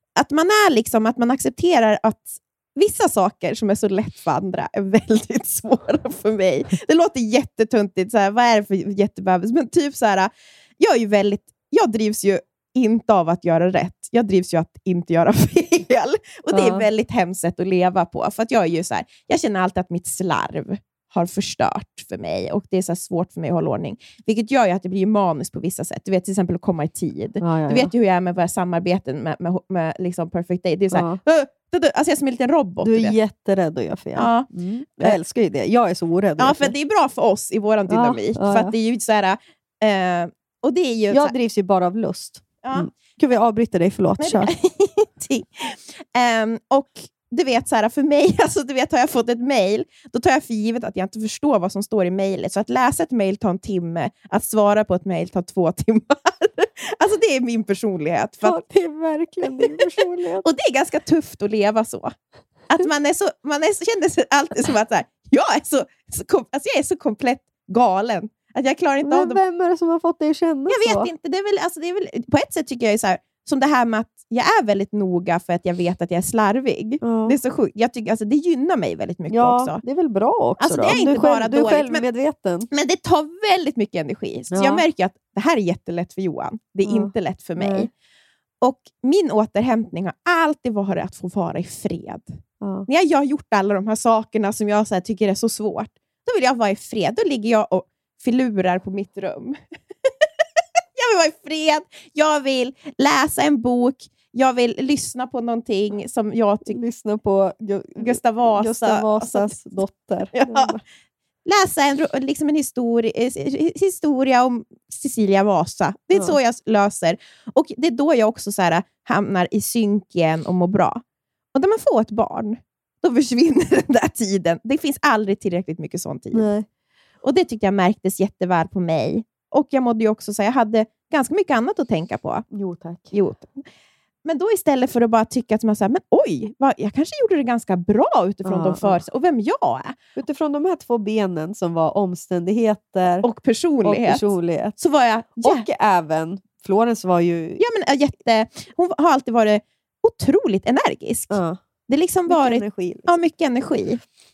att man är liksom, att man accepterar att vissa saker som är så lätt för andra är väldigt svåra för mig. Det låter jättetuntigt, så här, vad är det för jättebebis? Men typ så här, jag är ju väldigt, jag drivs ju inte av att göra rätt. Jag drivs ju att inte göra fel. Och det är Ja. väldigt hemskt sätt att leva på. För att jag är ju så här, jag känner alltid att mitt slarv har förstört för mig. Och det är så här svårt för mig att hålla ordning. Vilket gör ju att det blir maniskt på vissa sätt. Du vet till exempel att komma i tid. Ja, ja, Du ja. vet ju hur jag är med våra samarbeten med, med, med liksom Perfect Day. Det är så här, Ja. "Åh, du, du." Alltså jag är som en liten robot. Du vet. är jätterädd att göra fel. Ja. Mm. Jag älskar ju det. Jag är så orädd. Ja, vet för du. det är bra för oss i våran Ja, dynamik. ja, För ja. att det är ju så här... Eh, och det är ju... så Jag här, drivs ju bara av lust. ja. Mm. Gud, vi avbryter dig. Förlåt. Nej, Kör. ingenting. Ehm, och du vet, så här, för mig, alltså, du vet, har jag fått ett mejl, då tar jag för givet att jag inte förstår vad som står i mejlet. Så att läsa ett mejl tar en timme, att svara på ett mejl tar två timmar. Alltså det är min personlighet. För att, Ja, det är verkligen din personlighet. och det är ganska tufft att leva så. Att man är så, man är så, känner sig alltid som att så här, jag, är så, så, kom, alltså jag är så komplett galen. Att jag klarar inte av Men det. vem är det som har fått dig att känna Jag så? vet inte, det är väl, alltså det är väl, på ett sätt tycker jag är så här, som det här med att jag är väldigt noga för att jag vet att jag är slarvig. Ja. Det är så sjukt. Jag tycker, alltså, det gynnar mig väldigt mycket Ja, också. det är väl bra också Alltså, då. det är Om inte du själv, bara du är dåligt, själv men- medveten. Men det tar väldigt mycket energi. Så Ja. jag märker att det här är jättelätt för Johan. Det är Ja. inte lätt för mig. Nej. Och min återhämtning har alltid varit att få vara i fred. Ja. När jag har gjort alla de här sakerna som jag så här, tycker är så svårt, då vill jag vara i fred. Då ligger jag och filurar på mitt rum. Jag vill vara i fred. Jag vill läsa en bok. Jag vill lyssna på någonting som jag tycker... Lyssna på Gu- Gustav Vasa. Gustav Vasas dotter. Ja. Läsa en, liksom en histori- eh, historia om Cecilia Vasa. Det är Ja. så jag löser. Och det är då jag också så här, hamnar i synk igen och mår bra. Och när man får ett barn, då försvinner den där tiden. Det finns aldrig tillräckligt mycket sån tid. Nej. Och det tyckte jag märktes jätteväl på mig. Och jag mådde ju också så här, jag hade ganska mycket annat att tänka på. Jo, tack. Jo. Men då istället för att bara tycka att man säger, men oj, vad, jag kanske gjorde det ganska bra utifrån Ja, de för och vem jag är. Utifrån de här två benen som var omständigheter Och personlighet. och personlighet. Så var jag, ja, Och även, Florence var ju... ja, men, äh, jätte, hon har alltid varit otroligt energisk. Ja, Det liksom mycket varit energi. Liksom. ja, mycket energi.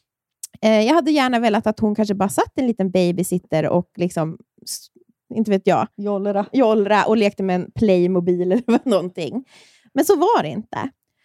Eh, jag hade gärna velat att hon kanske bara satt en liten babysitter och liksom, s- inte vet jag, Jollra. jollra och lekte med en Playmobil eller någonting. Men så var det inte.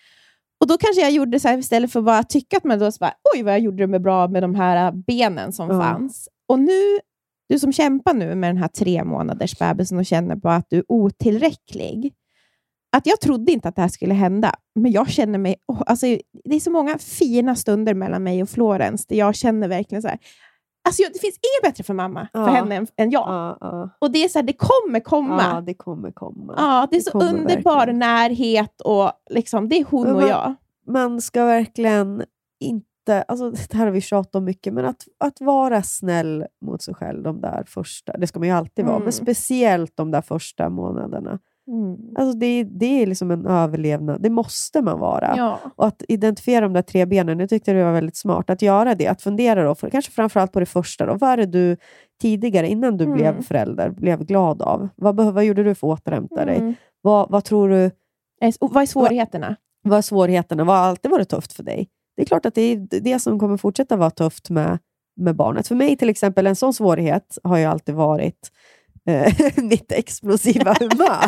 Och då kanske jag gjorde så här, istället för att bara tycka att man då så bara, oj vad jag gjorde det med bra med de här benen som Ja. fanns. Och nu, du som kämpar nu med den här tre månaders bebisen och känner på att du är otillräcklig. Att jag trodde inte att det här skulle hända. Men jag känner mig, oh, alltså, det är så många fina stunder mellan mig och Florence där jag känner verkligen så här, alltså det finns inget bättre för mamma, Ja. för henne än, än jag. Ja, ja. Och det är så här, det kommer komma. Ja, det kommer komma. Ja, det är Det så kommer underbar verkligen. närhet och liksom, det är hon Men och man- jag. Man ska verkligen inte, alltså det här har vi tjatat om mycket, men att, att vara snäll mot sig själv de där första, det ska man ju alltid vara, Mm. men speciellt de där första månaderna. Mm. Alltså det, det är liksom en överlevnad, det måste man vara. Ja. Och att identifiera de där tre benen, jag tyckte det var väldigt smart att göra det, att fundera då, för, kanske framförallt på det första då, vad är det du tidigare, innan du Mm. blev förälder, blev glad av? Vad, behöver, vad gjorde du för att återhämta dig? Mm. Vad, vad tror du, Eh, och vad är svårigheterna? vad är svårigheterna? Vad har alltid varit tufft för dig? Det är klart att det är det som kommer fortsätta vara tufft med, med barnet. För mig till exempel, en sån svårighet har ju alltid varit eh, mitt explosiva humör.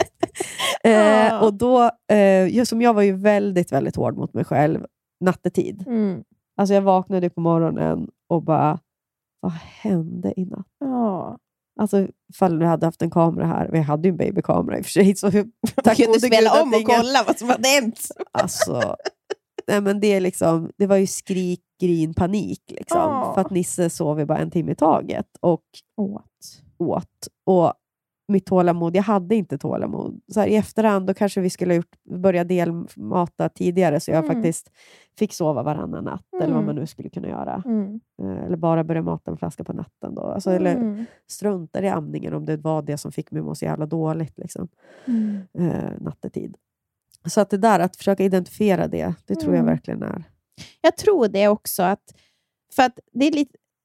eh, och då, eh, jag, som jag var ju väldigt, väldigt hård mot mig själv nattetid. Mm. Alltså jag vaknade på morgonen och bara, vad hände i natt? Ja. Alltså ifall vi hade haft en kamera här, vi hade ju en babykamera i och för sig, så Du tack kunde gode spela Gud att om och ingen- kolla vad som hade hänt. Alltså, nej men det, är liksom, det var ju skrik, grin, panik. Liksom, Åh. För att Nisse sov ju bara en timme i taget och Åt. åt. Och mitt tålamod, jag hade inte tålamod. Så här, i efterhand, då kanske vi skulle ha gjort, börja delmata tidigare, så jag Mm. faktiskt fick sova varannan natt. Eller vad Mm. man nu skulle kunna göra. Mm. Eh, Eller bara börja mata en flaska på natten. Då. Alltså, Eller Mm. strunta i amningen om det var det som fick mig att må så jävla dåligt. Liksom. Mm. Eh, nattetid. Så att det där, att försöka identifiera det, det tror jag Mm. verkligen är. Jag tror det också. Att, för att det är lite,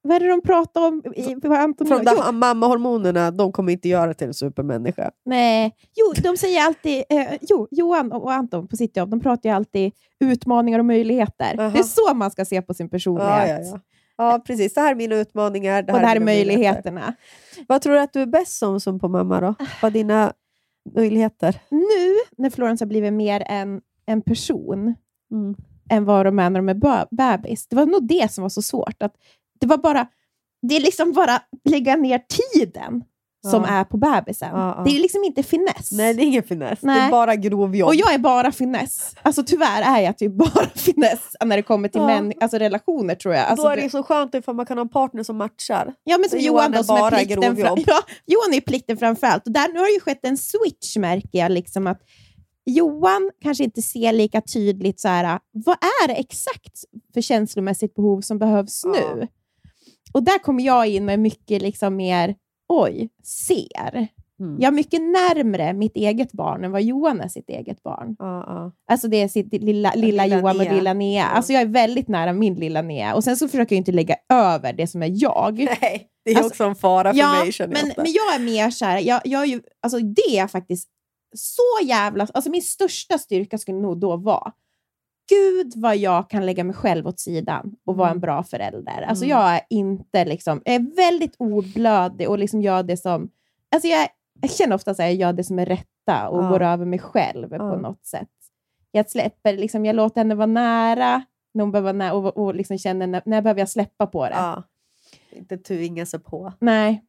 vad är det de pratar om i, på Anton? Från de mammahormonerna, de kommer inte göra till en supermänniska. Nej, jo, de säger alltid, eh, jo, Johan och Anton på sitt jobb, de pratar ju alltid utmaningar och möjligheter. Aha. Det är så man ska se på sin personlighet. Ja, ja, ja. Ja, precis. Det här är mina utmaningar. Det här och det här är möjligheterna. möjligheterna. Vad tror du att du är bäst som, som på mamma då? Vad är dina möjligheter? Nu, när Florence har blivit mer en, en person mm. än vad de är när de är bö- bebis. Det var nog det som var så svårt. Att det var bara, det är liksom bara lägga ner tiden som ja. är på bebisen. Ja, ja. Det är liksom inte finess. Nej, det är ingen finess. Nej. Det är bara grovjobb. Och jag är bara finess. Alltså tyvärr är jag typ bara finess när det kommer till ja. män, alltså relationer tror jag. Alltså, då är det så skönt ifall man kan ha en partner som matchar. Ja, men som så Johan, Johan då, som bara är plikten grovjobb. Fra- ja, Johan är plikten framförallt. Och där, nu har det ju skett en switch, märker jag. Liksom att Johan kanske inte ser lika tydligt så här, vad är det exakt för känslomässigt behov som behövs ja. nu? Och där kommer jag in med mycket liksom mer, oj, ser. Mm. Jag är mycket närmare mitt eget barn än vad Johan är sitt eget barn. Ja, ja. Alltså det är sitt lilla, lilla, lilla Johan Nea. Och lilla Nea. Ja. Alltså jag är väldigt nära min lilla Nea. Och sen så försöker jag inte lägga över det som är jag. Nej, det är alltså, också en fara för ja, mig. Men, men jag är mer så här, jag, jag är ju, alltså det är faktiskt så jävla, alltså min största styrka skulle nog då vara, gud vad jag kan lägga mig själv åt sidan och vara en bra förälder. Alltså Mm. jag är inte liksom, jag är väldigt ordblödig och liksom gör det som, alltså jag, jag känner ofta att jag gör det som är rätta och Ja. går över mig själv Ja. på något sätt. Jag släpper, liksom, jag låter henne vara nära när hon behöver vara nära och, och liksom känner när, när behöver jag släppa på det. Ja. Inte tvinga sig på. Nej.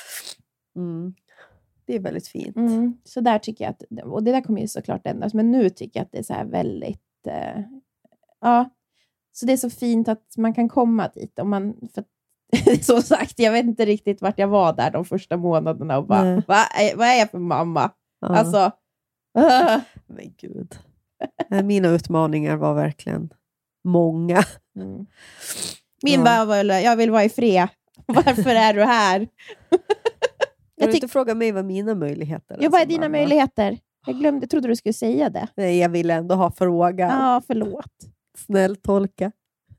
Mm. Det är väldigt fint. Mm. Så där tycker jag att, och det där kommer ju såklart ändras, men nu tycker jag att det är så här väldigt eh, ja, så det är så fint att man kan komma dit om man, för så sagt, jag vet inte riktigt vart jag var där de första månaderna och bara, vad är, vad är jag för mamma? Ja. Alltså uh. Men gud. Mina utmaningar var verkligen många. Mm. Min Ja. var väl, jag vill vara i fred. Varför är du här? Jag jag tyck- inte fråga mig vad mina möjligheter är. Ja, vad är som dina mamma. möjligheter? Jag glömde, jag trodde du skulle säga det. Nej, jag ville ändå ha frågan. Ja, förlåt. Snäll tolka.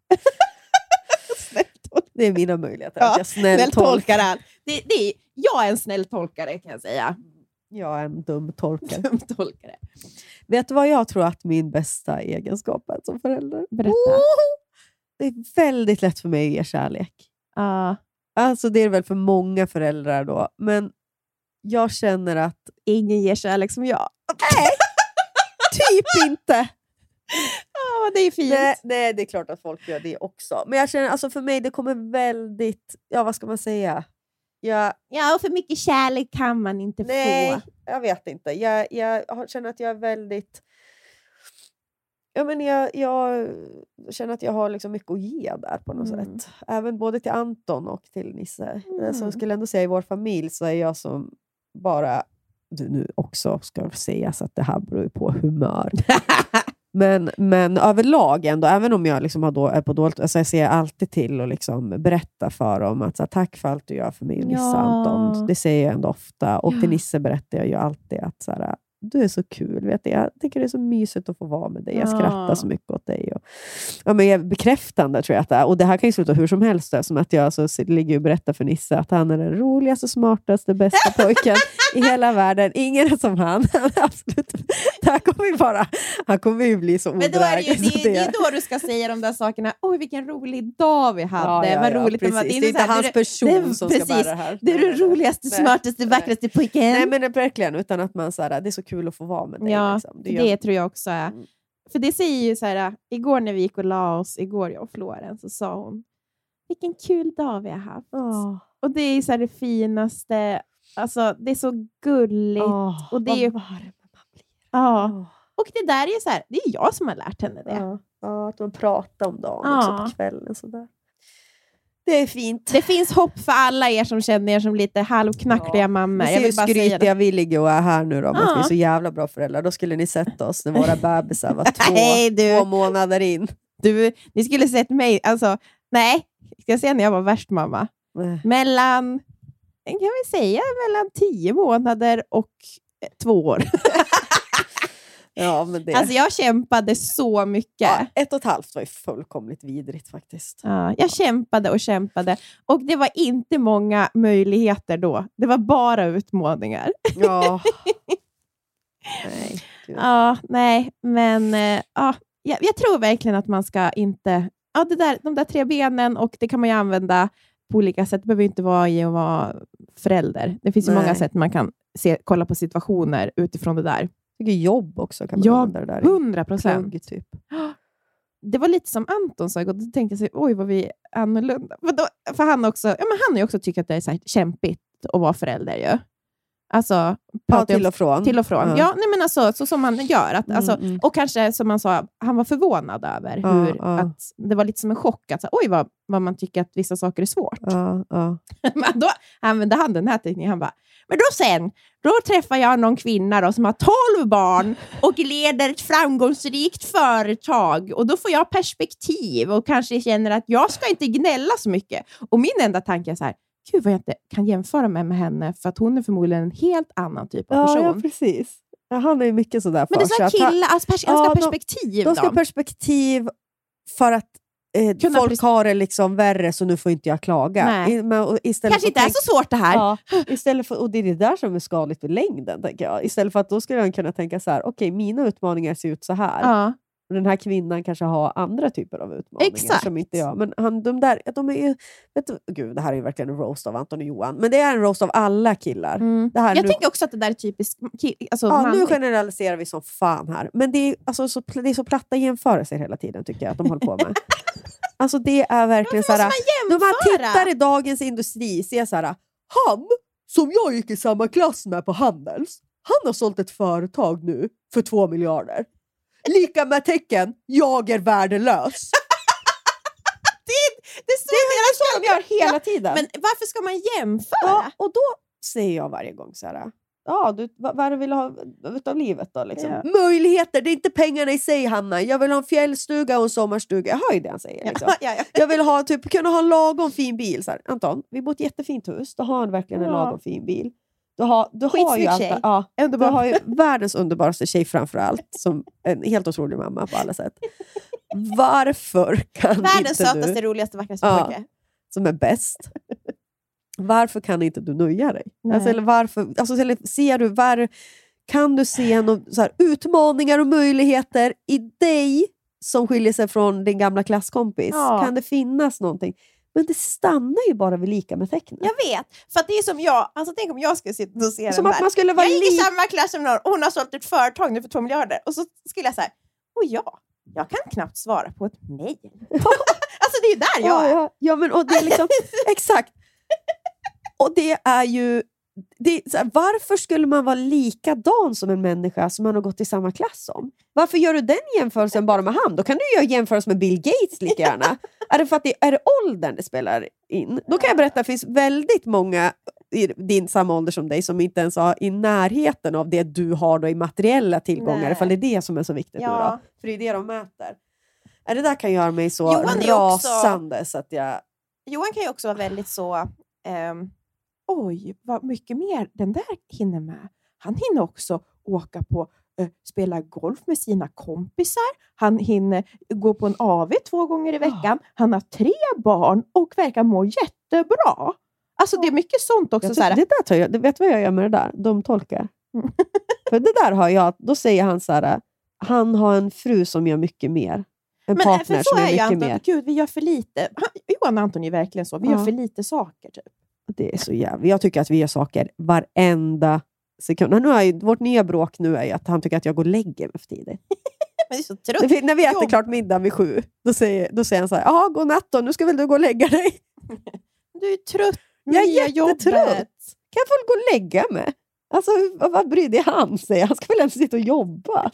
Snäll tolka. Det är mina möjligheter. Ja, att jag snäll, snäll tolkar. tolkar allt. Det, det är, jag är en snäll tolkare kan jag säga. Jag är en dum tolkare. Dum tolkare. Vet du vad jag tror att min bästa egenskap är som förälder? Berätta. Oh! Det är väldigt lätt för mig att ge kärlek. Ja. Alltså det är väl för många föräldrar då. Men jag känner att Ingen ger kärlek som jag. nej, typ inte. Ja, det är fint. Nej, nej, det är klart att folk gör det också. Men jag känner, alltså för mig, det kommer väldigt, ja vad ska man säga? Jag, Ja, och för mycket kärlek kan man inte nej, få. jag vet inte. Jag, jag har- känner att jag är väldigt, ja men jag, jag känner att jag har liksom mycket att ge där på något Mm. sätt. Även både till Anton och till Nisse. Mm. Så jag skulle ändå säga i vår familj så är jag som bara, du, nu också ska sägas att det här beror ju på humör. Men, men överlag ändå, även om jag liksom har då, är på dåligt, alltså jag ser alltid till att liksom berätta för dem att så här, tack för allt du gör för mig och Nisse, Ja. Anton. Det säger jag ändå ofta. Och Ja. till Nisse berättar jag ju alltid att så här, du är så kul, vet du. Jag tycker det är så mysigt att få vara med dig. Jag Ja. skrattar så mycket åt dig. Och, ja, men jag, bekräftande tror jag att det är. Och det här kan ju sluta hur som helst. Där, som att jag så ligger och berättar för Nisse att han är den roligaste, smartaste, bästa pojken i hela världen. Ingen är som han. Absolut. Det här kommer ju bara, han kommer ju bli så Men då är det, ju, odräglig, så det, det är då du ska säga de där sakerna. Oj, vilken rolig dag vi hade. Ja, ja, Vad ja, roligt det var. precis. är Det är inte så här, hans du är- person det är- som precis. ska bära det här. Du är Nej, den nej, nej. roligaste, Nej, smartaste, nej. vackraste pojken. Nej, men det är verkligen, utan att man så här, det är så kul att få vara med dig. Ja, liksom. det, gör- tror jag också är. Mm. För det säger ju så här, igår när vi gick och la oss, igår jag och Florence, så sa hon, vilken kul dag vi har haft. Åh, Och det är så här det finaste, alltså det är så gulligt. åh, och det är vad ju- varm man blir. Ja. Åh. Och det där är ju så här, det är jag som har lärt henne det. Ja, ja, att man pratar om dagen Ja. också på kvällen. Sådär. Det är fint. Det finns hopp för alla er som känner er som lite halvknackliga Ja. mammor. Vi Jag ser vill hur bara säga det. skrytiga vi ligger och är här nu då. Att Ja. vi är så jävla bra föräldrar. Då skulle ni sett oss när våra bebisar var två, Nej, du. två månader in. Du, ni skulle sett mig, alltså, nej, ska jag säga när jag var värst mamma? Nej. Mellan, kan vi säga, mellan tio månader och eh, två år. Ja, men det... Alltså jag kämpade så mycket. Ja, ett och ett halvt var ju fullkomligt vidrigt faktiskt. Ja, jag ja. kämpade och kämpade. Och det var inte många möjligheter då. Det var bara utmaningar. Ja. Nej, ja, nej. Men äh, ja, jag, jag tror verkligen att man ska inte... Ja, det där, de där tre benen, och det kan man ju använda på olika sätt. Det behöver inte vara i att vara förälder. Det finns ju nej. många sätt man kan se, kolla på situationer utifrån det där. Mycket jobb också kan man ja, använda det där. hundra procent. Typ. Det var lite som Anton sa, och då tänkte jag så, oj vad vi är annorlunda. För, då, för han också, ja, men han har ju också tyckt att det är så här kämpigt att vara förälder ju. Alltså, ja, till och från. Till och från. Ja, ja nej, men alltså, så som man gör. Att, mm, alltså, mm. Och kanske som man sa, han var förvånad över ja, hur ja. Att det var lite som en chock. Att, så, oj vad, vad man tycker att vissa saker är svårt. Ja, ja. Men då använde han den här tekniken. Han bara, men då sen, då träffar jag någon kvinna då, som har tolv barn och leder ett framgångsrikt företag. Och då får jag perspektiv och kanske känner att jag ska inte gnälla så mycket. Och min enda tanke är så här, gud vad jag inte kan jämföra mig med henne, för att hon är förmodligen en helt annan typ av ja, person. Ja, precis. Ja, han är ju mycket sådär för men det är så killar, han, alltså pers- ja, ska perspektiv. De, de ska då. perspektiv för att eh, folk pres- har det liksom värre, så nu får inte jag klaga. I, men, och istället kanske inte tänk- är så svårt det här. Ja, istället för, och det är det där som är skadligt vid längden, tänker jag. Istället för att då skulle jag kunna tänka så här, okej, okay, mina utmaningar ser ut så här. Ja. Den här kvinnan kanske har andra typer av utmaningar. Exakt. Som inte jag. Men han, de där, de är ju, vet du, gud, det här är ju verkligen en roast av Anton och Johan. Men det är en roast av alla killar. Mm. Det här jag nu, tänker också att det där är typiskt. Alltså, ja, man, nu generaliserar vi som fan här. Men det är, alltså, så, det är så platta jämförelser hela tiden, tycker jag att de håller på med. Alltså det är verkligen så här. När man tittar i dagens industri, ser så här, han som jag gick i samma klass med på Handels, han har sålt ett företag nu för två miljarder. Lika med tecken, jag är värdelös. det, det, är så det är så de gör hela tiden. Men varför ska man jämföra? Ja, och då säger jag varje gång så här, ja, du, vad, vad vill du ha av livet då? Liksom? Ja. Möjligheter, det är inte pengarna i sig, Hanna. Jag vill ha en fjällstuga och en sommarstuga. Jag hör ju det han säger. Liksom. Ja, ja, ja. Jag vill ha, typ, kunna ha en lagom fin bil. Så här, Anton, vi bor i ett jättefint hus. Då har han verkligen en ja. lagom fin bil. Du har, du har ju allt, ja, du har ju världens underbaraste tjej framförallt, som en helt otrolig mamma på alla sätt. Varför kan världens inte sötaste, du, roligaste, vackraste ja, pojke som är bäst. Varför kan inte du nöja dig? Alltså, eller varför, alltså, eller ser du, var, kan du se någon, så här, utmaningar och möjligheter i dig som skiljer sig från din gamla klasskompis? Ja. Kan det finnas någonting? Men det stannar ju bara vid lika med tecknet. Jag vet. För att det är som jag, alltså tänk om jag skulle sitta och se som den att där. Man skulle vara jag gick li- i samma klass som någon, och hon har sålt ett företag nu för två miljarder. Och så skulle jag säga, och ja, jag kan knappt svara på ett mejl. Alltså det är ju där jag är. Ja, ja. ja men och det är liksom, exakt. Och det är ju, det är, så här, varför skulle man vara likadan som en människa som man har gått i samma klass som? Varför gör du den jämförelsen bara med han? Då kan du göra jämförelse med Bill Gates lika gärna. Är det för att det är det åldern det spelar in? Då kan jag berätta att det finns väldigt många i din samma ålder som dig som inte ens har i närheten av det du har då i materiella tillgångar. Ifall det är det som är så viktigt ja. nu då. För det är det de mäter. Är det där kan göra mig så rasande också, så att jag... Johan kan ju också vara väldigt så... Um, oj, vad mycket mer den där hinner med. Han hinner också åka på, uh, spela golf med sina kompisar. Han hinner gå på en A V två gånger i veckan. Oh. Han har tre barn och verkar må jättebra. Alltså oh. det är mycket sånt också. Jag så här. Det där tar jag, det vet vad jag gör med det där? De tolkar. Mm. För det där har jag, då säger han så här, han har en fru som gör mycket mer. En men partner för så som är, är mycket Anton, mer. Gud, vi gör för lite. Han, Johan och Anton är verkligen så. Vi ja. gör för lite saker typ. Det är så jävligt. Jag tycker att vi gör saker varenda sekund. Nu är ju, vårt nya bråk nu är ju att han tycker att jag går och lägger mig för tidigt. Men det är så trött. Det, när vi äter Jobb. klart middag vid sju, då säger, då säger han så här, jaha, god natt då, nu ska väl du gå och lägga dig. Du är trött. Jag är jättetrött. Kan jag få gå och lägga mig? Alltså, vad, vad bryr dig han sig? Han ska väl ens sitta och jobba.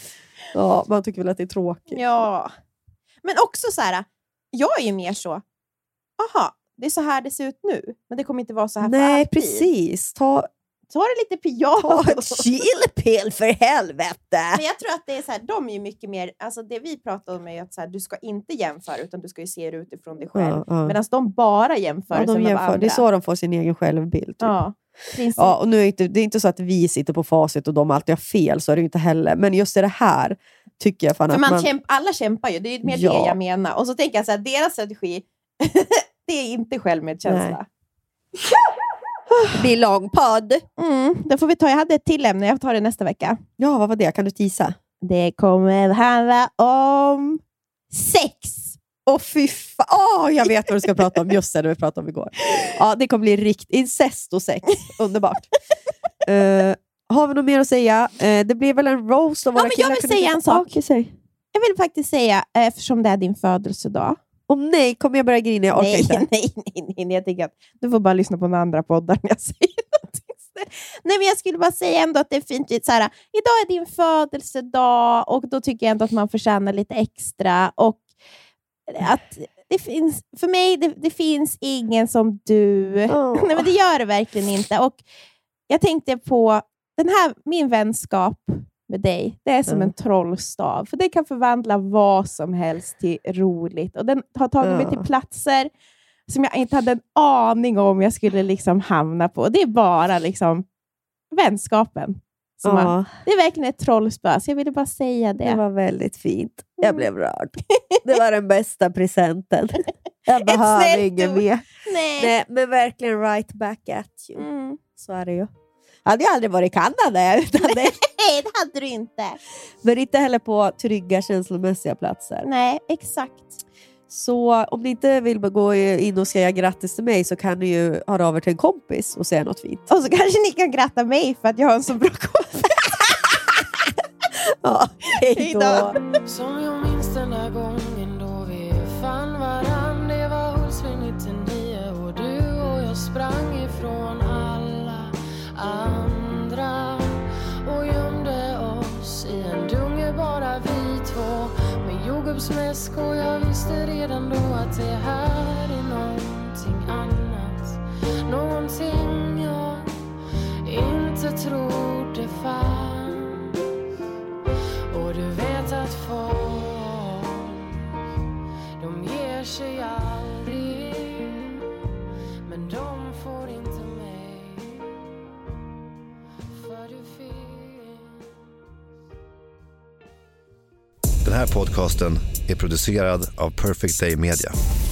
Ja, man tycker väl att det är tråkigt. Ja. Men också så här, jag är ju mer så, aha, det är så här det ser ut nu. Men det kommer inte vara så här Nej, för alltid. precis. Ta, ta det lite piano. Ta ett chillpill för helvete. Men jag tror att det är så här, de är ju mycket mer, alltså det vi pratar om är att så här, du ska inte jämföra utan du ska ju se det utifrån dig själv. Ja, ja. Medan de bara jämför, ja, de jämför. Det är så de får sin egen självbild. Typ. Ja. Princip. Ja, och nu är det, inte, det är inte så att vi sitter på facit och de alltid har fel, så är det ju inte heller. Men just det här tycker jag fan För att man man... Kämp, alla kämpar ju, det är mer Ja. det jag menar. Och så tänker jag så här, deras strategi, det är inte självmedkänsla. Det blir lång podd. Mm, då får vi ta, jag hade ett till ämne, jag tar det nästa vecka. Ja, vad var det? Kan du tisa? Det kommer handla om sex. Åh fy fan, oh, jag vet vad du ska prata om. Just det, det vi pratade om igår. Ja, det kommer bli riktigt incest och sex. Underbart. uh, har vi något mer att säga? Uh, det blir väl en roast av våra Ja, men jag killar. vill Kan säga du... en sak. Ah, okay, säg. Jag vill faktiskt säga, eftersom det är din födelsedag. Åh oh, nej, kommer jag börja grina? Jag orkar nej, inte. nej, nej, nej, jag tänker att du får bara lyssna på några andra poddar när jag säger någonting. Nej, men jag skulle bara säga ändå att det är fint. Så här, idag är din födelsedag och då tycker jag ändå att man förtjänar lite extra. Och att det finns, för mig, det, det finns ingen som du. Oh. Nej, men det gör det verkligen inte. Och jag tänkte på den här, min vänskap med dig, det är som Mm. en trollstav. För det kan förvandla vad som helst till roligt. Och den har tagit mig Ja. till platser som jag inte hade en aning om jag skulle liksom hamna på. Det är bara liksom vänskapen. Som Ja. man, det är verkligen ett trollspö. Så jag ville bara säga det. Det var väldigt fint. Jag blev rörd. Det var den bästa presenten. Jag behöver snällt ingen ord. mer. Nej. Nej, men verkligen right back at you. Mm. Så är det ju. Jag hade ju aldrig varit i Kanada utan det. Nej, det hade du inte. Men inte heller på trygga känslomässiga platser. Nej, exakt. Så om ni inte vill gå in och säga grattis till mig så kan ni ju höra av er till en kompis och säga något fint. Och så kanske ni kan gratta mig för att jag har en så bra kompis. Ja, hej då. Som jag minns den där gången då vi fann varann. Det var Hultsfred nittionio och du och jag sprang ifrån alla andra och gömde oss i en dunge, bara vi två med jordgubbsmäsk. Och jag visste redan då att det här är någonting annat, någonting jag inte trodde fanns. Och du vet att folk, de ger sig aldrig, men de får inte mig, för du finns. Den här podcasten är producerad av Perfect Day Media.